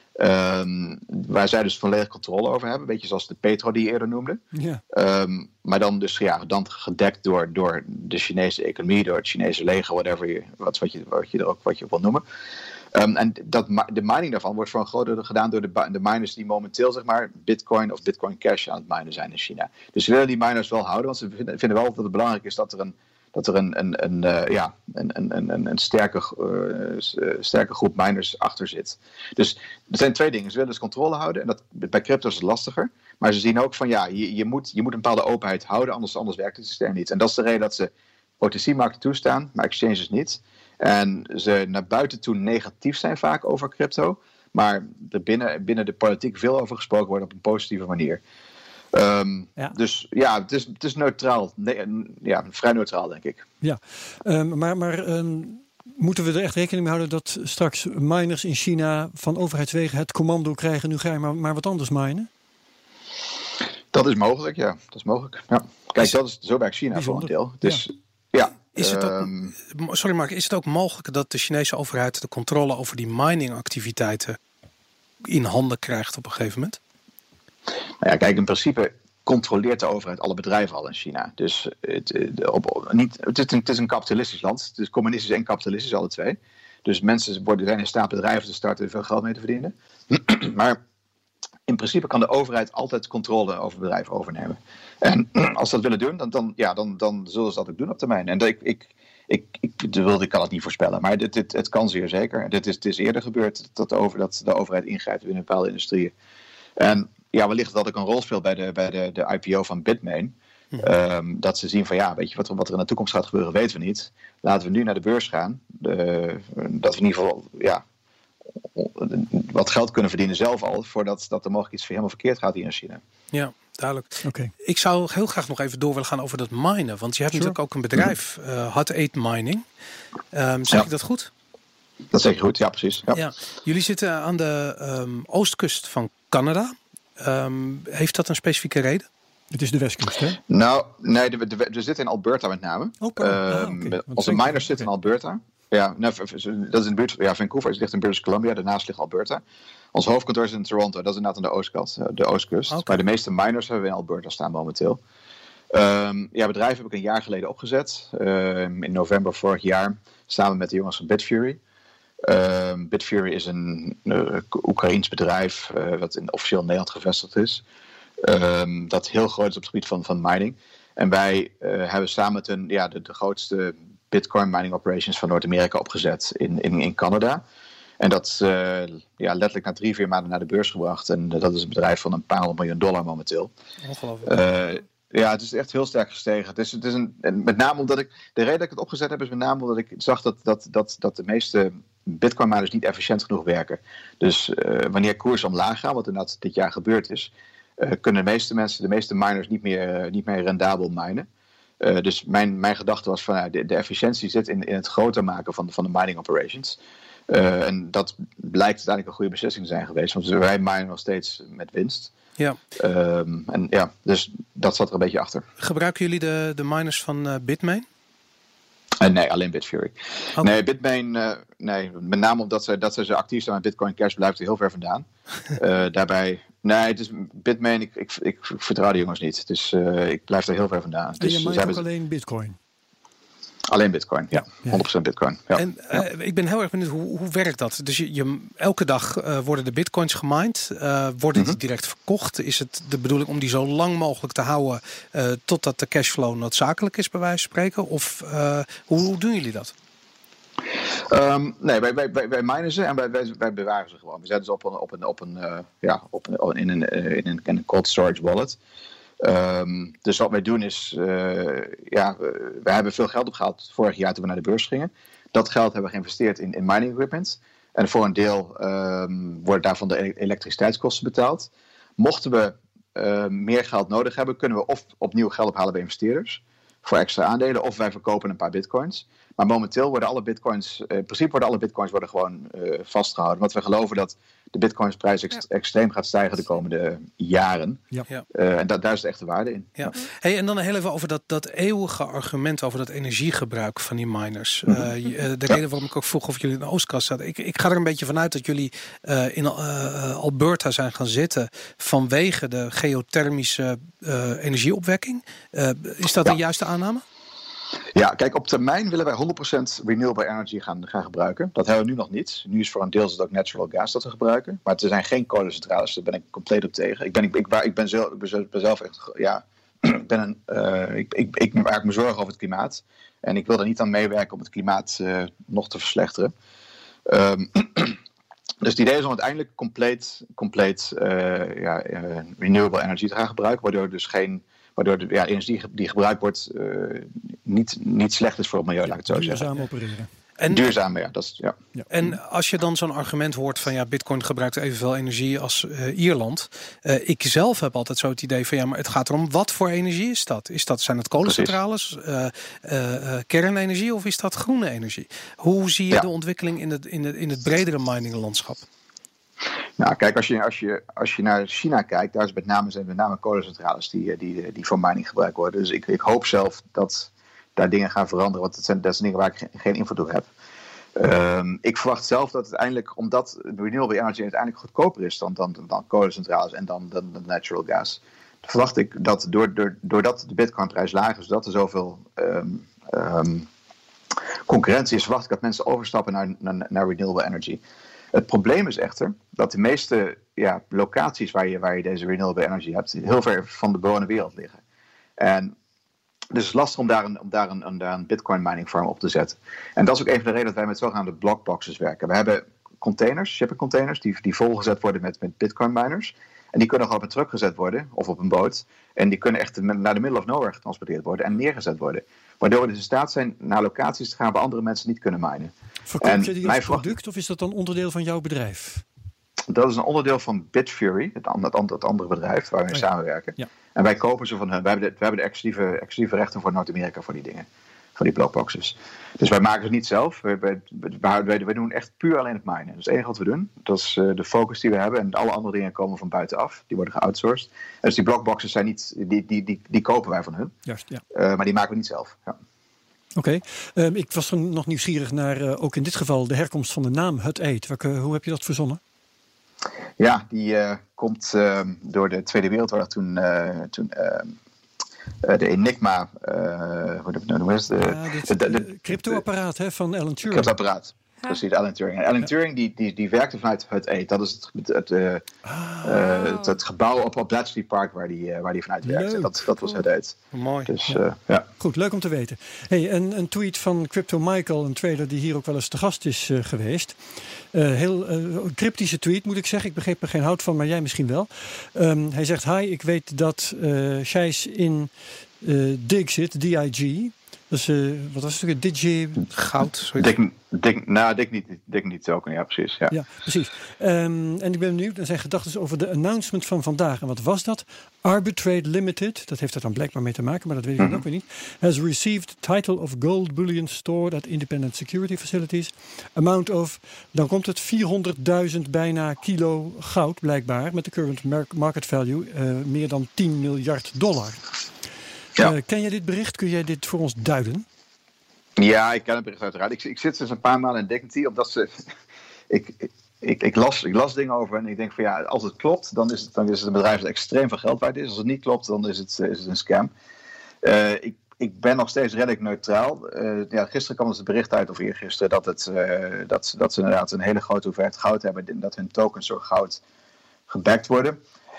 Um, waar zij dus volledig controle over hebben. Een beetje zoals de Petro die je eerder noemde. Ja. Um, maar dan dus ja, dan gedekt door, door de Chinese economie, door het Chinese leger, whatever je, wat, wat, je, wat je er ook wat je wil noemen. Um, en dat, de mining daarvan wordt voor een groot deel gedaan door de, de miners die momenteel zeg maar Bitcoin of Bitcoin Cash aan het minen zijn in China. Dus ze willen die miners wel houden, want ze vinden, vinden wel dat het belangrijk is dat er een dat er een, een, een, uh, ja, een, een, een, een sterke, uh, sterke groep miners achter zit. Dus er zijn twee dingen. Ze willen dus controle houden. En dat, bij crypto is het lastiger. Maar ze zien ook van ja, je, je, moet, je moet een bepaalde openheid houden. Anders, anders werkt het systeem niet. En dat is de reden dat ze O T C-markten toestaan, maar exchanges niet. En ze naar buiten toe negatief zijn vaak over crypto. Maar er binnen, binnen de politiek veel over gesproken wordt op een positieve manier. Um, ja. Dus ja, het is, het is neutraal. Nee, ja, vrij neutraal, denk ik. Ja, um, maar, maar um, moeten we er echt rekening mee houden dat straks miners in China van overheidswegen het commando krijgen, nu ga je maar, maar wat anders minen? Dat is mogelijk, ja. Dat is mogelijk. Ja. Kijk, is, dat is zo bij China voor een deel. Dus ja. ja is het ook, sorry Mark, is het ook mogelijk dat de Chinese overheid de controle over die miningactiviteiten in handen krijgt op een gegeven moment? Nou ja, kijk, in principe controleert de overheid alle bedrijven al in China. Dus het, op, niet, het, is een, het is een kapitalistisch land. Het is communistisch en kapitalistisch, alle twee. Dus mensen worden, zijn in staat bedrijven te starten en veel geld mee te verdienen. Maar in principe kan de overheid altijd controle over bedrijven overnemen. En als ze dat willen doen, dan, dan, ja, dan, dan zullen ze dat ook doen op termijn. En ik, ik, ik, ik, ik kan het niet voorspellen, maar dit, dit, het kan zeer zeker. Dit is, het is eerder gebeurd dat de, over, dat de overheid ingrijpt in bepaalde industrieën. En ja, wellicht dat ook een rol speelt bij de, bij de, de I P O van Bitmain. Um, dat ze zien van ja, weet je, wat, wat er in de toekomst gaat gebeuren, weten we niet. Laten we nu naar de beurs gaan. De, dat we in ieder geval ja, wat geld kunnen verdienen zelf al, voordat dat er mogelijk iets helemaal verkeerd gaat hier in China. Ja, duidelijk. Okay. Ik zou heel graag nog even door willen gaan over dat minen. Want je hebt sure. natuurlijk ook een bedrijf, uh, Hut eight Mining. Um, zeg ja. ik dat goed? Dat zeg je goed, ja precies. Ja. Ja. Jullie zitten aan de um, oostkust van Canada. Um, heeft dat een specifieke reden? Het is de westkust, hè? Nou, nee, we, de, we zitten in Alberta met name. Okay. Uh, ah, okay. Onze miners zitten in Alberta. Ja, nou, dat is in de buurt. Ja, Vancouver is ligt in British Columbia, daarnaast ligt Alberta. Ons hoofdkantoor is in Toronto, dat is inderdaad aan de oostkant, de oostkust. Okay. Maar de meeste miners hebben we in Alberta staan momenteel. Um, ja, bedrijf heb ik een jaar geleden opgezet. Um, in november vorig jaar, samen met de jongens van Bitfury. Um, Bitfury is een uh, Oekraïens bedrijf uh, wat in officieel in Nederland gevestigd is. Um, dat heel groot is op het gebied van, van mining. En wij uh, hebben samen met een, ja, de, de grootste Bitcoin mining operations van Noord-Amerika opgezet in, in, in Canada. En dat uh, ja, letterlijk na drie, vier maanden naar de beurs gebracht. En uh, dat is een bedrijf van een paar honderd miljoen dollar momenteel. Ongelooflijk. Uh, ja, het is echt heel sterk gestegen. Het is, het is een, met name omdat ik, de reden dat ik het opgezet heb is met name omdat ik zag dat, dat, dat, dat de meeste Bitcoin miners niet efficiënt genoeg werken. Dus uh, wanneer koersen omlaag gaan, wat inderdaad dit jaar gebeurd is, uh, kunnen de meeste mensen, de meeste miners niet meer, uh, niet meer rendabel minen. Uh, dus mijn, mijn gedachte was van ja, de, de efficiëntie zit in, in het groter maken van, van de mining operations. Uh, en dat blijkt uiteindelijk een goede beslissing te zijn geweest. Want wij minen nog steeds met winst. Ja. Um, en ja, dus dat zat er een beetje achter. Gebruiken jullie de, de miners van uh, Bitmain? Uh, nee, alleen Bitfury. Okay. Nee, Bitmain, uh, nee, met name omdat ze, dat ze zo actief zijn met Bitcoin Cash, blijft er heel ver vandaan. uh, daarbij, nee, het is Bitmain, ik, ik, ik, ik vertrouw de jongens niet. Dus uh, ik blijf er heel ver vandaan. En dus, je maakt ook hebben... alleen Bitcoin? Alleen Bitcoin, ja. honderd procent Bitcoin. Ja. En uh, ja. ik ben heel erg benieuwd, hoe, hoe werkt dat? Dus je, je, elke dag uh, worden de bitcoins gemined. Uh, worden mm-hmm. die direct verkocht? Is het de bedoeling om die zo lang mogelijk te houden uh, totdat de cashflow noodzakelijk is, bij wijze van spreken? Of uh, hoe, hoe doen jullie dat? Um, nee, wij, wij, wij, wij minen ze en wij, wij, wij bewaren ze gewoon. We zetten ze op een, op een, op een, uh, ja, op een, in, een, uh, in, een, in een cold storage wallet. Um, dus wat wij doen is, uh, ja, we, we hebben veel geld opgehaald vorig jaar toen we naar de beurs gingen. Dat geld hebben we geïnvesteerd in, in mining equipment. En voor een deel um, worden daarvan de elektriciteitskosten betaald. Mochten we uh, meer geld nodig hebben, kunnen we of opnieuw geld ophalen bij investeerders voor extra aandelen, of wij verkopen een paar bitcoins. Maar momenteel worden alle bitcoins, uh, in principe worden alle bitcoins worden gewoon uh, vastgehouden. Want we geloven dat de bitcoinsprijs ex- ja. extreem gaat stijgen de komende jaren. Ja. Uh, en da- daar is de echte waarde in. Ja. Hey, en dan heel even over dat, dat eeuwige argument over dat energiegebruik van die miners. Uh, de ja. reden waarom ik ook vroeg of jullie in de Oostkast zaten. Ik, ik ga er een beetje vanuit dat jullie uh, in uh, Alberta zijn gaan zitten vanwege de geothermische uh, energieopwekking. Uh, is dat ja. de juiste aanname? Ja, kijk, op termijn willen wij honderd procent renewable energy gaan, gaan gebruiken. Dat hebben we nu nog niet. Nu is voor een deel het ook natural gas dat we gebruiken. Maar er zijn geen kolencentrales, daar ben ik compleet op tegen. Ik ben, ik, ik, ik ben, zelf, ik ben zelf echt, ja, ik, ben een, uh, ik, ik, ik maak me zorgen over het klimaat. En ik wil er niet aan meewerken om het klimaat uh, nog te verslechteren. Um, dus het idee is om uiteindelijk compleet, compleet uh, ja, uh, renewable energy te gaan gebruiken. Waardoor dus geen... Waardoor de ja, energie die gebruikt wordt uh, niet, niet slecht is voor het milieu, laat ik het zo duurzaam zeggen. Duurzaam opereren. En, duurzaam, ja, dat is, ja. ja. En als je dan zo'n argument hoort van ja, Bitcoin gebruikt evenveel energie als uh, Ierland. Uh, ik zelf heb altijd zo het idee van ja, maar het gaat erom wat voor energie is dat? Is dat zijn het kolencentrales, uh, uh, uh, kernenergie of is dat groene energie? Hoe zie je ja. de ontwikkeling in het, in het, in het bredere mininglandschap? Nou, kijk, als je, als, je, als je naar China kijkt, daar is met name, zijn met name kolencentrales die, die, die voor mining gebruikt worden. Dus ik, ik hoop zelf dat daar dingen gaan veranderen, want dat zijn, dat zijn dingen waar ik geen, geen invloed op heb. Um, ik verwacht zelf dat uiteindelijk, omdat renewable energy uiteindelijk goedkoper is dan, dan, dan kolencentrales en dan, dan, dan natural gas, verwacht ik dat door, door, doordat de bitcoinprijs laag is, doordat er zoveel um, um, concurrentie is, verwacht ik dat mensen overstappen naar, naar, naar renewable energy. Het probleem is echter dat de meeste ja, locaties waar je, waar je deze renewable energy hebt, heel ver van de bewoonde wereld liggen. En dus het is lastig om daar, een, om, daar een, om daar een bitcoin mining farm op te zetten. En dat is ook een van de redenen dat wij met zogenaamde blockboxes werken. We hebben containers, shipping containers, die, die volgezet worden met, met bitcoin miners. En die kunnen gewoon op een truck gezet worden, of op een boot. En die kunnen echt naar de middle of nowhere getransporteerd worden en neergezet worden. Waardoor we dus in staat zijn naar locaties te gaan waar andere mensen niet kunnen minen. Verkoop je die als product of is dat dan onderdeel van jouw bedrijf? Dat is een onderdeel van Bitfury, het, het, het andere bedrijf waar we mee oh ja. samenwerken. Ja. En wij kopen ze van hun. We hebben de, we hebben de exclusieve, exclusieve rechten voor Noord-Amerika voor die dingen. Voor die blockboxes. Dus wij maken ze niet zelf. Wij, wij, wij, wij doen echt puur alleen het minen. Dat is het enige wat we doen. Dat is uh, de focus die we hebben. En alle andere dingen komen van buitenaf. Die worden geoutsourced. En dus die blockboxes zijn niet, die, die, die, die kopen wij van hun. Juist, ja. Uh, maar die maken we niet zelf. Ja. Oké. Okay. Um, ik was nog nieuwsgierig naar, uh, ook in dit geval, de herkomst van de naam Hut eight. Welke, hoe heb je dat verzonnen? Ja, die uh, komt uh, door de Tweede Wereldoorlog toen, uh, toen uh, uh, de Enigma, uh, hoe noem je het? Ja, dit, de, de, de cryptoapparaat hè, van Alan Turing. Cryptoapparaat. Precies, Alan Turing. En Alan ja. Turing die, die, die werkte vanuit Hut eight. Dat is het, het, uh, oh. uh, het, het gebouw op, op Bletchley Park waar die, uh, waar die vanuit werkte. Dat, dat was Hut eight. Mooi. Dus, ja. Uh, ja. Goed, leuk om te weten. Hey, een, een tweet van Crypto Michael, een trader die hier ook wel eens te gast is uh, geweest. Uh, heel uh, cryptische tweet moet ik zeggen. Ik begreep er geen hout van, maar jij misschien wel. Um, hij zegt, hi, ik weet dat uh, Gijs in uh, Dig zit, D I G. Dus uh, wat was het ook? Digi... Goud. Dik, dik, nou, dik niet, dik niet ook. Ja, precies. Ja, ja precies. Um, en ik ben benieuwd naar zijn gedachten over de announcement van vandaag. En wat was dat? Arbitrate Limited, dat heeft er dan blijkbaar mee te maken, maar dat weet ik mm-hmm. ook weer niet. Has received title of gold bullion stored at independent security facilities. Amount of, dan komt het vierhonderdduizend bijna kilo goud blijkbaar. Met de current market value uh, meer dan tien miljard dollar. Ja. Uh, ken jij dit bericht? Kun jij dit voor ons duiden? Ja, ik ken het bericht uiteraard. Ik, ik zit sinds een paar maanden in Dignity, omdat ze... ik, ik, ik, las, ik las dingen over en ik denk van ja, als het klopt, dan is het, dan is het een bedrijf dat extreem veel geld waard is. Als het niet klopt, dan is het, is het een scam. Uh, ik, ik ben nog steeds redelijk neutraal. Uh, ja, gisteren kwam dus het bericht uit, of eergisteren, dat, het, uh, dat, dat ze inderdaad een hele grote hoeveelheid goud hebben en dat hun tokens door goud gebackt worden.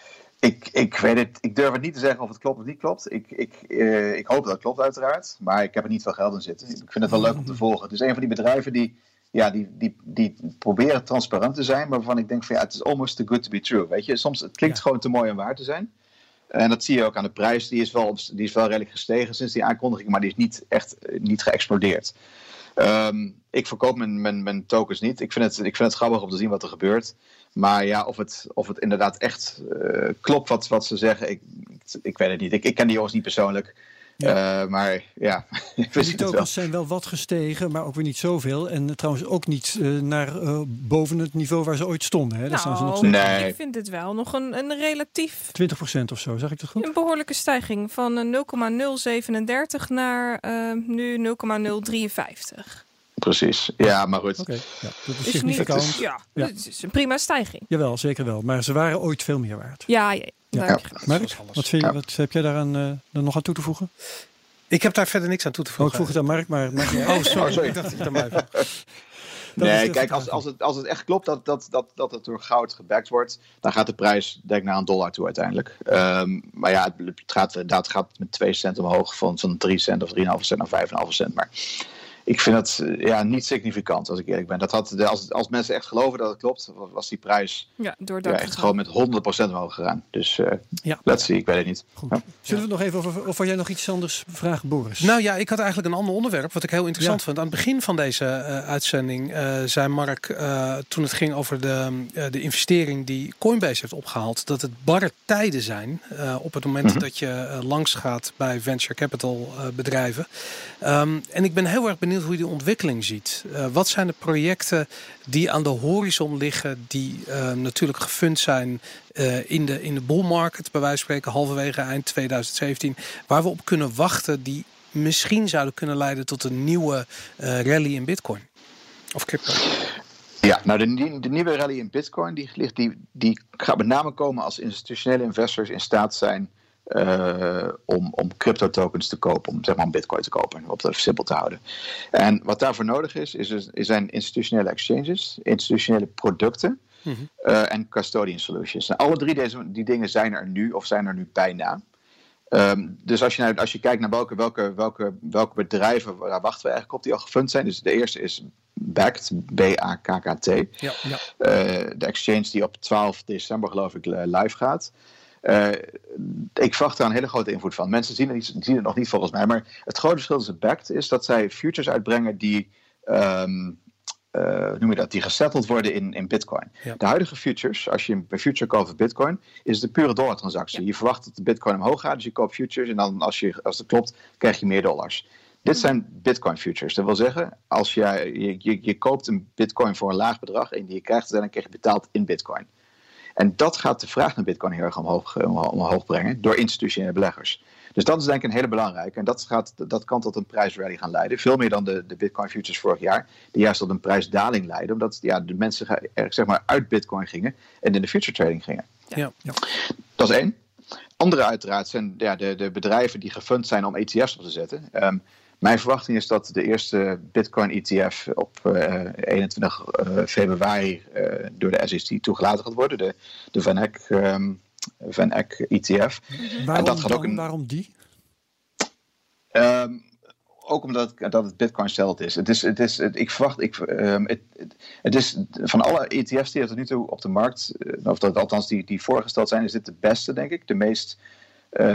Ik, ik weet het, ik durf het niet te zeggen of het klopt of niet klopt. Ik, ik, uh, ik hoop dat het klopt uiteraard. Maar ik heb er niet veel geld in zitten. Ik vind het wel leuk om te volgen. Het is een van die bedrijven die, ja, die, die, die proberen transparant te zijn. Maar waarvan ik denk van ja, het is almost too good to be true. Weet je, soms het klinkt ja. gewoon te mooi om waar te zijn. En dat zie je ook aan de prijs. Die is wel, die is wel redelijk gestegen sinds die aankondiging. Maar die is niet echt niet geëxplodeerd. Um, ik verkoop mijn, mijn, mijn tokens niet. Ik vind, het, ik vind het grappig om te zien wat er gebeurt. Maar ja, of het, of het inderdaad echt uh, klopt wat, wat ze zeggen, ik, ik, ik weet het niet. Ik, ik ken die jongens niet persoonlijk. Ja. Uh, maar ja, ik wist die tokens zijn wel wat gestegen, maar ook weer niet zoveel. En uh, trouwens ook niet uh, naar uh, boven het niveau waar ze ooit stonden. Hè? Daar nou, staan ze nog nee. Ik vind het wel nog een, een relatief... twintig procent of zo, zeg ik dat goed? Een behoorlijke stijging van nul komma nul zevenendertig naar uh, nu nul komma nul drieënvijftig. Precies, ja, maar goed. Okay, ja, dat is is significant. Niet, ja, ja, het is een prima stijging. Jawel, zeker wel. Maar ze waren ooit veel meer waard. Ja, ja. ja. ja. Mark, wat, vind je, wat heb jij daaraan uh, dan nog aan toe te voegen? Ik heb daar verder niks aan toe te voegen. Oh, ik vroeg het aan Mark, maar... maar oh, sorry. oh, sorry. Ik dacht dat ik het aan mij vroeg. Nee, kijk, als, als, het, als het echt klopt dat, dat, dat, dat het door goud gebackt wordt, dan gaat de prijs denk ik naar een dollar toe uiteindelijk. Um, maar ja, het gaat, dat gaat met twee cent omhoog van, van drie cent of drie komma vijf cent naar vijf komma vijf cent. Maar ik vind het ja, niet significant, als ik eerlijk ben. Dat had, als, als mensen echt geloven dat het klopt, was die prijs ja, door ja, echt gewoon met honderd procent omhoog gegaan. Dus uh, ja. let's see, ik weet het niet. Goed. Ja. Zullen we het nog even over, of wil jij nog iets anders vragen, Boris? Nou ja, ik had eigenlijk een ander onderwerp, wat ik heel interessant ja. vond. Aan het begin van deze uh, uitzending uh, zei Mark, uh, toen het ging over de, uh, de investering die Coinbase heeft opgehaald, dat het barre tijden zijn uh, op het moment mm-hmm. dat je uh, langs gaat bij venture capital uh, bedrijven. Um, en ik ben heel erg benieuwd hoe je die ontwikkeling ziet. Uh, wat zijn de projecten die aan de horizon liggen, die uh, natuurlijk gefund zijn uh, in de, in de bull market, bij wijze van spreken halverwege eind twintig zeventien, waar we op kunnen wachten, die misschien zouden kunnen leiden tot een nieuwe uh, rally in Bitcoin? Of crypto. Ja, nou de, de nieuwe rally in Bitcoin die, die, die gaat met name komen als institutionele investors in staat zijn uh, om, om crypto tokens te kopen, om zeg maar een Bitcoin te kopen, om het even simpel te houden. En wat daarvoor nodig is, is, is zijn institutionele exchanges, institutionele producten mm-hmm. uh, en custodian solutions. En alle drie deze die dingen zijn er nu of zijn er nu bijna. Um, dus als je, nou, als je kijkt naar welke, welke, welke, welke bedrijven, waar wachten we eigenlijk op die al gefund zijn. Dus de eerste is Bakkt, B A K K T. Ja, ja. Uh, de exchange die op twaalf december geloof ik live gaat. Uh, ik verwacht daar een hele grote invloed van. Mensen zien het, niet, zien het nog niet volgens mij. Maar het grote verschil tussen Bakkt is dat zij futures uitbrengen die... Um, Uh, noem je dat, die gesetteld worden in, in Bitcoin. Ja. De huidige futures, als je een future koopt van Bitcoin, is het een pure dollartransactie. Ja. Je verwacht dat de Bitcoin omhoog gaat, dus je koopt futures en dan als, je, als het klopt, krijg je meer dollars. Dit zijn Bitcoin futures. Dat wil zeggen, als je, je, je, je koopt een Bitcoin voor een laag bedrag en die je krijgt, dan krijg je betaald in Bitcoin. En dat gaat de vraag naar Bitcoin heel erg omhoog, omhoog brengen door institutionele beleggers. Dus dat is denk ik een hele belangrijke. En dat, gaat, dat kan tot een prijsrally gaan leiden. Veel meer dan de, de Bitcoin futures vorig jaar. Die juist tot een prijsdaling leiden. Omdat ja, de mensen zeg maar, uit Bitcoin gingen en in de future trading gingen. Ja. Ja. Dat is één. Andere uiteraard zijn ja, de, de bedrijven die gefund zijn om E T F's op te zetten. Um, mijn verwachting is dat de eerste Bitcoin E T F op uh, eenentwintig februari uh, door de S E C toegelaten gaat worden. De, de Van Eck... Um, Van Eck E T F. Waarom, en dat gaat ook een, waarom die? Um, ook omdat het, dat het Bitcoin stelt is. Het is, het is het, ik verwacht, ik, um, het, het, het is van alle E T F's die er tot nu toe op de markt, of dat, althans die, die voorgesteld zijn, is dit de beste, denk ik. De meest, uh,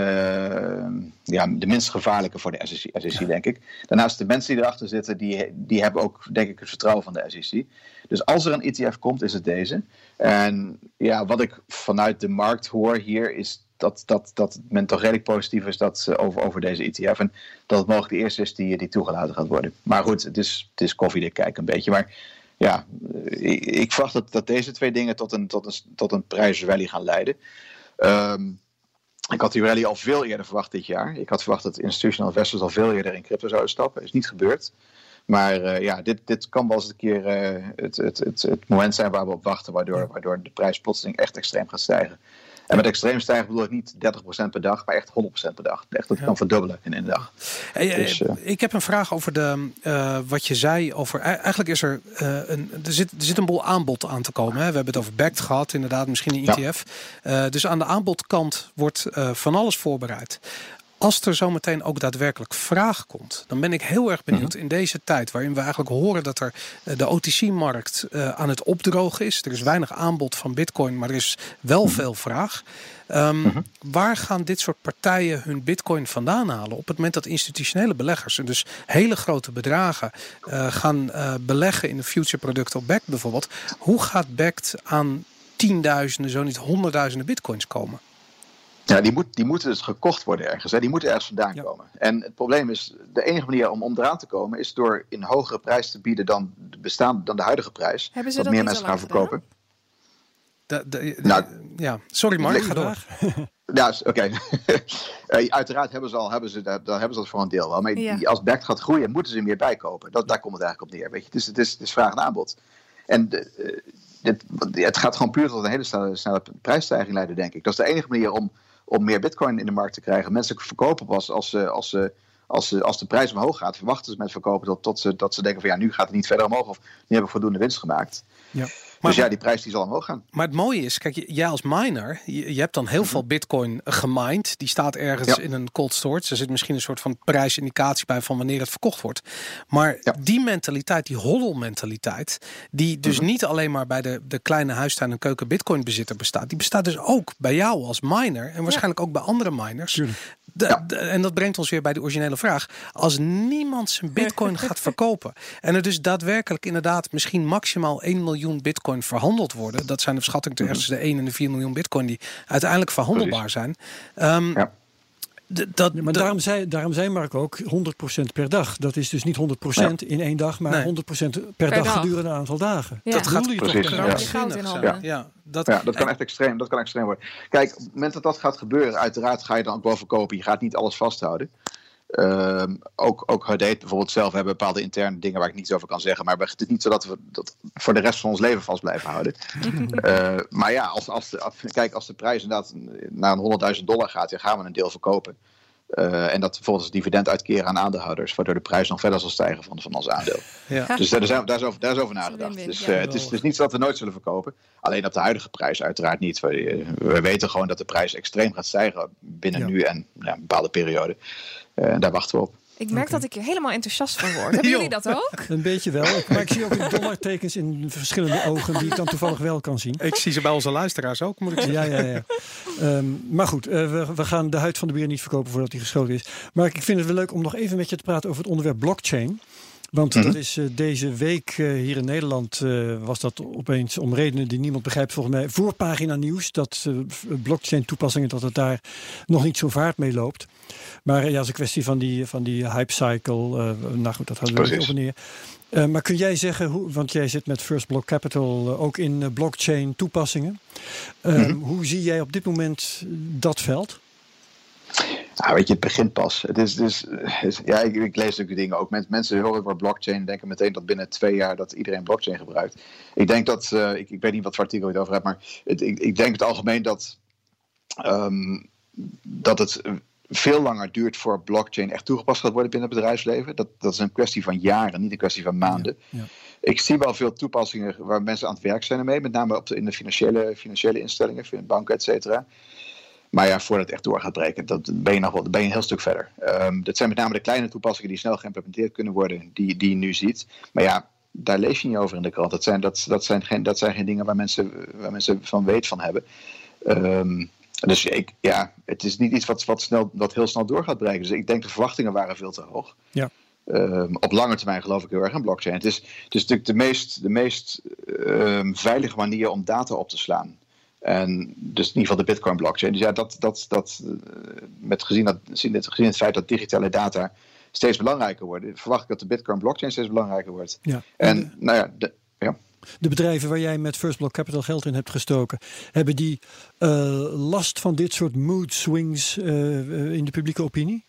ja, de minst gevaarlijke voor de S E C, S E C ja. denk ik. Daarnaast de mensen die erachter zitten, die, die hebben ook, denk ik, het vertrouwen van de S E C. Dus als er een E T F komt, is het deze. En ja, wat ik vanuit de markt hoor hier is dat, dat, dat men toch redelijk positief is dat, uh, over, over deze E T F. En dat het mogelijk de eerste is die, die toegelaten gaat worden. Maar goed, het is, het is koffiedik kijken een beetje. Maar ja, ik, ik verwacht dat, dat deze twee dingen tot een, tot een, tot een prijsrally gaan leiden. Um, ik had die rally al veel eerder verwacht dit jaar. Ik had verwacht dat institutional investors al veel eerder in crypto zouden stappen. Is niet gebeurd. Maar uh, ja, dit, dit kan wel eens een keer uh, het, het, het, het moment zijn waar we op wachten, waardoor, waardoor de prijs plotseling echt extreem gaat stijgen. En met extreem stijgen bedoel ik niet dertig procent per dag, maar echt honderd procent per dag. Echt, dat ja. kan verdubbelen in één dag. Hey, dus, uh, ik heb een vraag over de, uh, wat je zei over. Eigenlijk is er uh, een. Er zit, er zit een boel aanbod aan te komen. Hè? We hebben het over Bakkt gehad, inderdaad, misschien een E T F. Ja. Uh, dus aan de aanbodkant wordt uh, van alles voorbereid. Als er zometeen ook daadwerkelijk vraag komt, dan ben ik heel erg benieuwd in deze tijd waarin we eigenlijk horen dat er de O T C-markt uh, aan het opdrogen is. Er is weinig aanbod van Bitcoin, maar er is wel veel vraag. Um, uh-huh. Waar gaan dit soort partijen hun Bitcoin vandaan halen? Op het moment dat institutionele beleggers, en dus hele grote bedragen, uh, gaan uh, beleggen in een future product op Bakkt bijvoorbeeld. Hoe gaat Bakkt aan tienduizenden, zo niet honderdduizenden Bitcoins komen? Ja, die, moet, die moeten dus gekocht worden ergens. Hè. Die moeten ergens vandaan ja. komen. En het probleem is, de enige manier om, om eraan te komen is door een hogere prijs te bieden dan de, bestaande, dan de huidige prijs. Hebben ze dat dat meer mensen gaan verkopen. De, de, de, nou, ja, sorry Mark, ga door. Ja, oké. Okay. uh, uiteraard hebben ze al, hebben ze, daar, daar hebben ze dat voor een deel wel. Maar ja. die, als Bakkt gaat groeien, moeten ze meer bijkopen. Dat, daar komt het eigenlijk op neer. Weet je? Het, is, het, is, het is vraag en aanbod. En de, uh, dit, het gaat gewoon puur tot een hele snelle, snelle prijsstijging leiden, denk ik. Dat is de enige manier om om meer Bitcoin in de markt te krijgen. Mensen verkopen pas als, als, als, als, als de prijs omhoog gaat. Verwachten ze met verkopen tot, tot, ze, dat ze denken van ja, nu gaat het niet verder omhoog of nu heb ik voldoende winst gemaakt. Ja. Maar, dus ja, die prijs die zal omhoog gaan. Maar het mooie is, kijk, jij als miner, je, je hebt dan heel mm-hmm. veel Bitcoin gemined. Die staat ergens ja. in een cold storage. Er zit misschien een soort van prijsindicatie bij van wanneer het verkocht wordt. Maar ja. die mentaliteit, die hodl mentaliteit, die dus mm-hmm. niet alleen maar bij de, de kleine huistuin- en keuken Bitcoin bezitter bestaat. Die bestaat dus ook bij jou als miner en waarschijnlijk ja. ook bij andere miners. Tuurlijk. De, ja. de, en dat brengt ons weer bij de originele vraag. Als niemand zijn Bitcoin gaat verkopen en er dus daadwerkelijk inderdaad misschien maximaal één miljoen Bitcoin verhandeld worden. Dat zijn de verschatting tussen de één en de vier miljoen Bitcoin die uiteindelijk verhandelbaar zijn. Um, ja. D- dat, ja, maar d- daarom, zei, daarom zei Mark ook honderd procent per dag. Dat is dus niet honderd procent ja. in één dag, maar nee. honderd procent per, per dag, dag gedurende een aantal dagen. Ja. Dat gaat je toch goud in handen. Ja. Ja, dat, ja, dat kan echt extreem, dat kan extreem worden. Kijk, op het moment dat dat gaat gebeuren, uiteraard ga je dan ook wel verkopen. Je gaat niet alles vasthouden. Uh, ook, ook Hut eight bijvoorbeeld zelf hebben bepaalde interne dingen waar ik niets over kan zeggen. Maar het is niet zo dat we dat voor de rest van ons leven vast blijven houden. uh, maar ja, als, als, de, kijk, als de prijs inderdaad naar een honderdduizend dollar gaat, dan gaan we een deel verkopen. Uh, en dat bijvoorbeeld als dividend uitkeren aan aandeelhouders, waardoor de prijs nog verder zal stijgen van, van ons aandeel. Ja. Dus daar, daar, is over, daar is over nagedacht. Win-win, dus uh, ja. het, is, het is niet zo dat we nooit zullen verkopen. Alleen op de huidige prijs uiteraard niet. We, we weten gewoon dat de prijs extreem gaat stijgen binnen ja. nu en ja, een bepaalde periode. Uh, en daar wachten we op. Ik merk okay. dat ik er helemaal enthousiast van word. Hebben jullie dat ook? Een beetje wel. Maar ik zie ook dollartekens in verschillende ogen die ik dan toevallig wel kan zien. Ik zie ze bij onze luisteraars ook, moet ik zeggen. Ja, ja, ja. Um, maar goed, uh, we, we gaan de huid van de beer niet verkopen voordat die geschoten is. Maar ik vind het wel leuk om nog even met je te praten over het onderwerp blockchain. Want mm-hmm. dat is uh, deze week uh, hier in Nederland uh, was dat opeens om redenen die niemand begrijpt volgens mij voorpagina nieuws. Dat uh, blockchain toepassingen, dat het daar nog niet zo vaart mee loopt. Maar uh, ja, het is een kwestie van die, van die hype cycle. Uh, nou goed, dat hadden we niet op en neer. Uh, maar kun jij zeggen, hoe, want jij zit met First Block Capital uh, ook in uh, blockchain toepassingen. Uh, mm-hmm. Hoe zie jij op dit moment dat veld? Nou, weet je, het begint pas. Het is, dus, is, ja, ik, ik lees natuurlijk dingen ook. Mensen horen over blockchain en denken meteen dat binnen twee jaar dat iedereen blockchain gebruikt. Ik denk dat, uh, ik, ik weet niet wat voor artikel je het over hebt, maar het, ik, ik denk het algemeen dat, um, dat het veel langer duurt voor blockchain echt toegepast gaat worden binnen het bedrijfsleven. Dat, dat is een kwestie van jaren, niet een kwestie van maanden. Ja, ja. Ik zie wel veel toepassingen waar mensen aan het werk zijn ermee, met name op de, in de financiële, financiële instellingen, banken, et cetera. Maar ja, voordat het echt door gaat breken, dat ben je nog wel, ben je een heel stuk verder. Um, dat zijn met name de kleine toepassingen die snel geïmplementeerd kunnen worden, die, die je nu ziet. Maar ja, daar lees je niet over in de krant. Dat zijn, dat, dat zijn, geen, dat zijn geen dingen waar mensen, waar mensen van weet van hebben. Um, dus ik, ja, het is niet iets wat, wat, snel, wat heel snel door gaat breken. Dus ik denk de verwachtingen waren veel te hoog. Ja. Um, op lange termijn geloof ik heel erg aan blockchain. Het is, het is natuurlijk de meest, de meest um, veilige manier om data op te slaan. En dus in ieder geval de Bitcoin blockchain. Dus ja, dat, dat, dat met gezien, dat, gezien het feit dat digitale data steeds belangrijker worden, verwacht ik dat de Bitcoin blockchain steeds belangrijker wordt. Ja. En de, nou ja, de, ja. de bedrijven waar jij met First Block Capital geld in hebt gestoken, hebben die uh, last van dit soort mood swings uh, in de publieke opinie?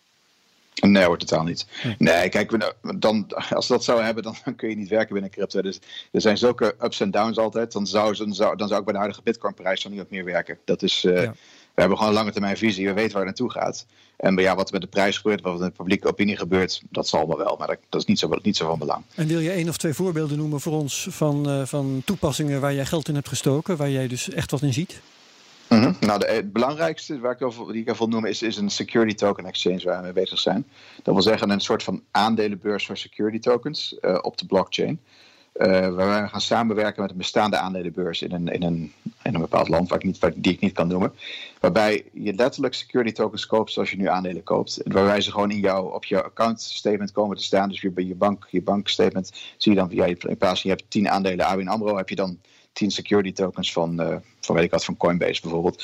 Nee hoor, totaal niet. Nee, kijk, dan, als we dat zouden hebben, dan, dan kun je niet werken binnen crypto. Dus er zijn zulke ups en downs altijd. Dan zou, dan zou, dan zou ik bij de huidige Bitcoin-prijs dan niet meer werken. Dat is, uh, ja. We hebben gewoon een lange termijn visie. We weten waar het naartoe gaat. En ja, wat er met de prijs gebeurt, wat er in de publieke opinie gebeurt, dat zal allemaal wel. Maar dat, dat is niet zo, niet zo van belang. En wil je één of twee voorbeelden noemen voor ons van, uh, van toepassingen waar jij geld in hebt gestoken, waar jij dus echt wat in ziet? Mm-hmm. Nou, de, het belangrijkste waar ik over, die ik even wil noemen is, is een security token exchange waar we mee bezig zijn. Dat wil zeggen een soort van aandelenbeurs voor security tokens uh, op de blockchain. Uh, waar we gaan samenwerken met een bestaande aandelenbeurs in een, in een, in een bepaald land waar ik niet, waar, die ik niet kan noemen. Waarbij je letterlijk security tokens koopt zoals je nu aandelen koopt. Waarbij ze gewoon in jou, op je account statement komen te staan. Dus bij je bank, je bankstatement zie je dan, ja, in plaats van je hebt tien aandelen A B N AMRO, heb je dan tien security tokens van, uh, van weet ik wat, van Coinbase bijvoorbeeld.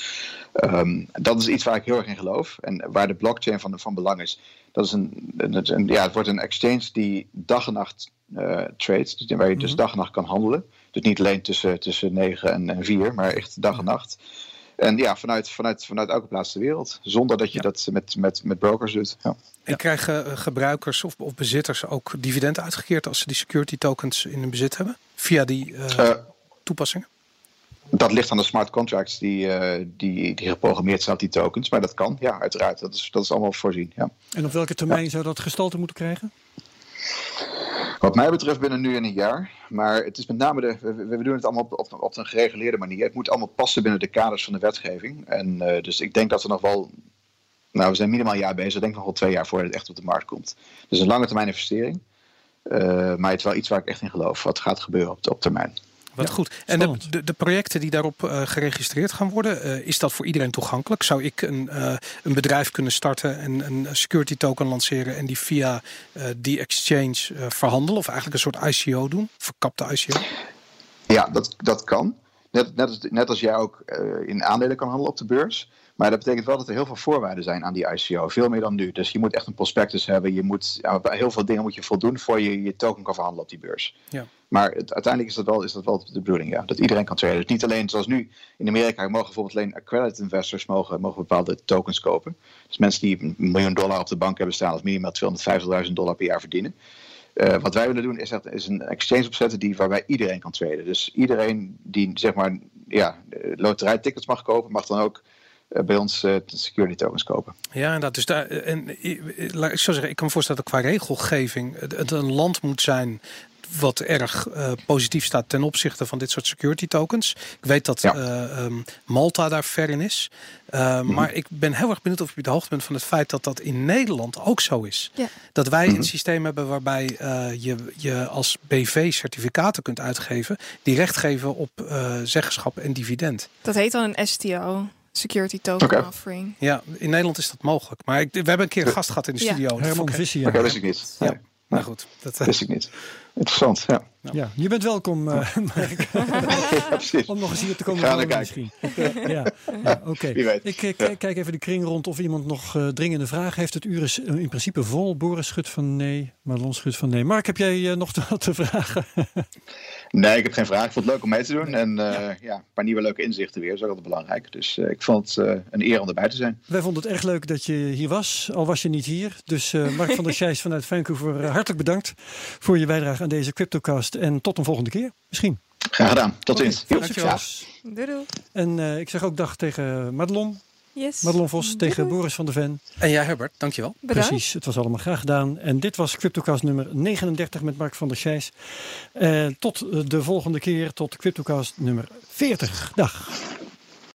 Um, dat is iets waar ik heel erg in geloof. En waar de blockchain van, van belang is. Dat is een, een, een, ja, het wordt een exchange die dag en nacht uh, trades. Dus waar je dus mm-hmm. dag en nacht kan handelen. Dus niet alleen tussen, tussen negen en, en vier, maar echt dag en nacht. En ja, vanuit, vanuit, vanuit elke plaats ter wereld. Zonder dat je ja. dat met, met, met brokers doet. Ja. En krijgen gebruikers of, of bezitters ook dividend uitgekeerd als ze die security tokens in hun bezit hebben? Via die uh, uh, toepassingen? Dat ligt aan de smart contracts die, uh, die, die geprogrammeerd zijn op die tokens. Maar dat kan, ja, uiteraard. Dat is, dat is allemaal voorzien. Ja. En op welke termijn ja. zou dat gestalte moeten krijgen? Wat mij betreft binnen nu en een jaar. Maar het is met name de, we, we doen het allemaal op, op, op een gereguleerde manier. Het moet allemaal passen binnen de kaders van de wetgeving. En uh, dus ik denk dat we nog wel, nou we zijn minimaal een jaar bezig. Ik denk nog wel twee jaar voordat het echt op de markt komt. Dus een lange termijn investering. Uh, maar het is wel iets waar ik echt in geloof. Wat gaat gebeuren op, op termijn. Wat ja, goed. En de, de, de projecten die daarop uh, geregistreerd gaan worden, uh, is dat voor iedereen toegankelijk? Zou ik een, uh, een bedrijf kunnen starten en een security token lanceren en die via uh, die exchange uh, verhandelen? Of eigenlijk een soort I C O doen? Verkapte I C O? Ja, dat, dat kan. net, net, als, net als jij ook uh, in aandelen kan handelen op de beurs. Maar dat betekent wel dat er heel veel voorwaarden zijn aan die I C O. Veel meer dan nu. Dus je moet echt een prospectus hebben. Je moet, ja, heel veel dingen moet je voldoen voor je je token kan verhandelen op die beurs. Ja. Maar het, uiteindelijk is dat, wel, is dat wel de bedoeling, ja. Dat iedereen kan traden. Dus niet alleen zoals nu in Amerika mogen bijvoorbeeld alleen accredited investors mogen, mogen bepaalde tokens kopen. Dus mensen die een miljoen dollar op de bank hebben staan of minimaal tweehonderdvijftigduizend dollar per jaar verdienen. Uh, wat wij willen doen is, echt, is een exchange opzetten die, waarbij iedereen kan traden. Dus iedereen die zeg maar ja, loterijtickets mag kopen, mag dan ook uh, bij ons uh, security tokens kopen. Ja, inderdaad. Dus daar, en, ik zou zeggen, ik kan me voorstellen dat qua regelgeving het een land moet zijn wat erg uh, positief staat ten opzichte van dit soort security tokens. Ik weet dat ja. uh, um, Malta daar ver in is. Uh, mm-hmm. Maar ik ben heel erg benieuwd of je op de hoogte bent van het feit dat dat in Nederland ook zo is. Ja. Dat wij mm-hmm. een systeem hebben waarbij uh, je, je als B V certificaten kunt uitgeven die recht geven op uh, zeggenschap en dividend. Dat heet dan een S T O. Security Token okay. Offering. Ja, in Nederland is dat mogelijk. Maar ik, we hebben een keer een gast gehad in de ja. studio. Herman Visser. Oké, okay, wist ik niet. Ja. Ja. Nou goed. Dat uh... wist ik niet. Interessant, ja. Ja, je bent welkom, uh, Mark. Ja, om nog eens hier te komen gaan wonen misschien. ja, ja oké. Okay. Ik uh, ja. kijk even de kring rond of iemand nog uh, dringende vragen heeft. Het uur is uh, in principe vol. Boris schudt van nee, Marlon schudt van nee. Mark, heb jij uh, nog wat te vragen? Nee, ik heb geen vraag. Ik vond het leuk om mee te doen. En uh, ja. ja, een paar nieuwe leuke inzichten weer. Dat is ook altijd belangrijk. Dus uh, ik vond het uh, een eer om erbij te zijn. Wij vonden het echt leuk dat je hier was. Al was je niet hier. Dus uh, Mark van der Scheijs vanuit Vancouver, uh, hartelijk bedankt voor je bijdrage aan deze CryptoCast. En tot een volgende keer, misschien. Graag gedaan. Tot ziens. Okay, veel succes. Doei doei. En uh, ik zeg ook dag tegen Madelon. Yes. Madelon Vos doei, tegen doei. Boris van der Ven. En jij, Herbert, dankjewel. Bedankt. Precies, het was allemaal graag gedaan. En dit was CryptoCast nummer negenendertig met Mark van der Scheijs. Uh, tot de volgende keer, tot CryptoCast nummer veertig. Dag.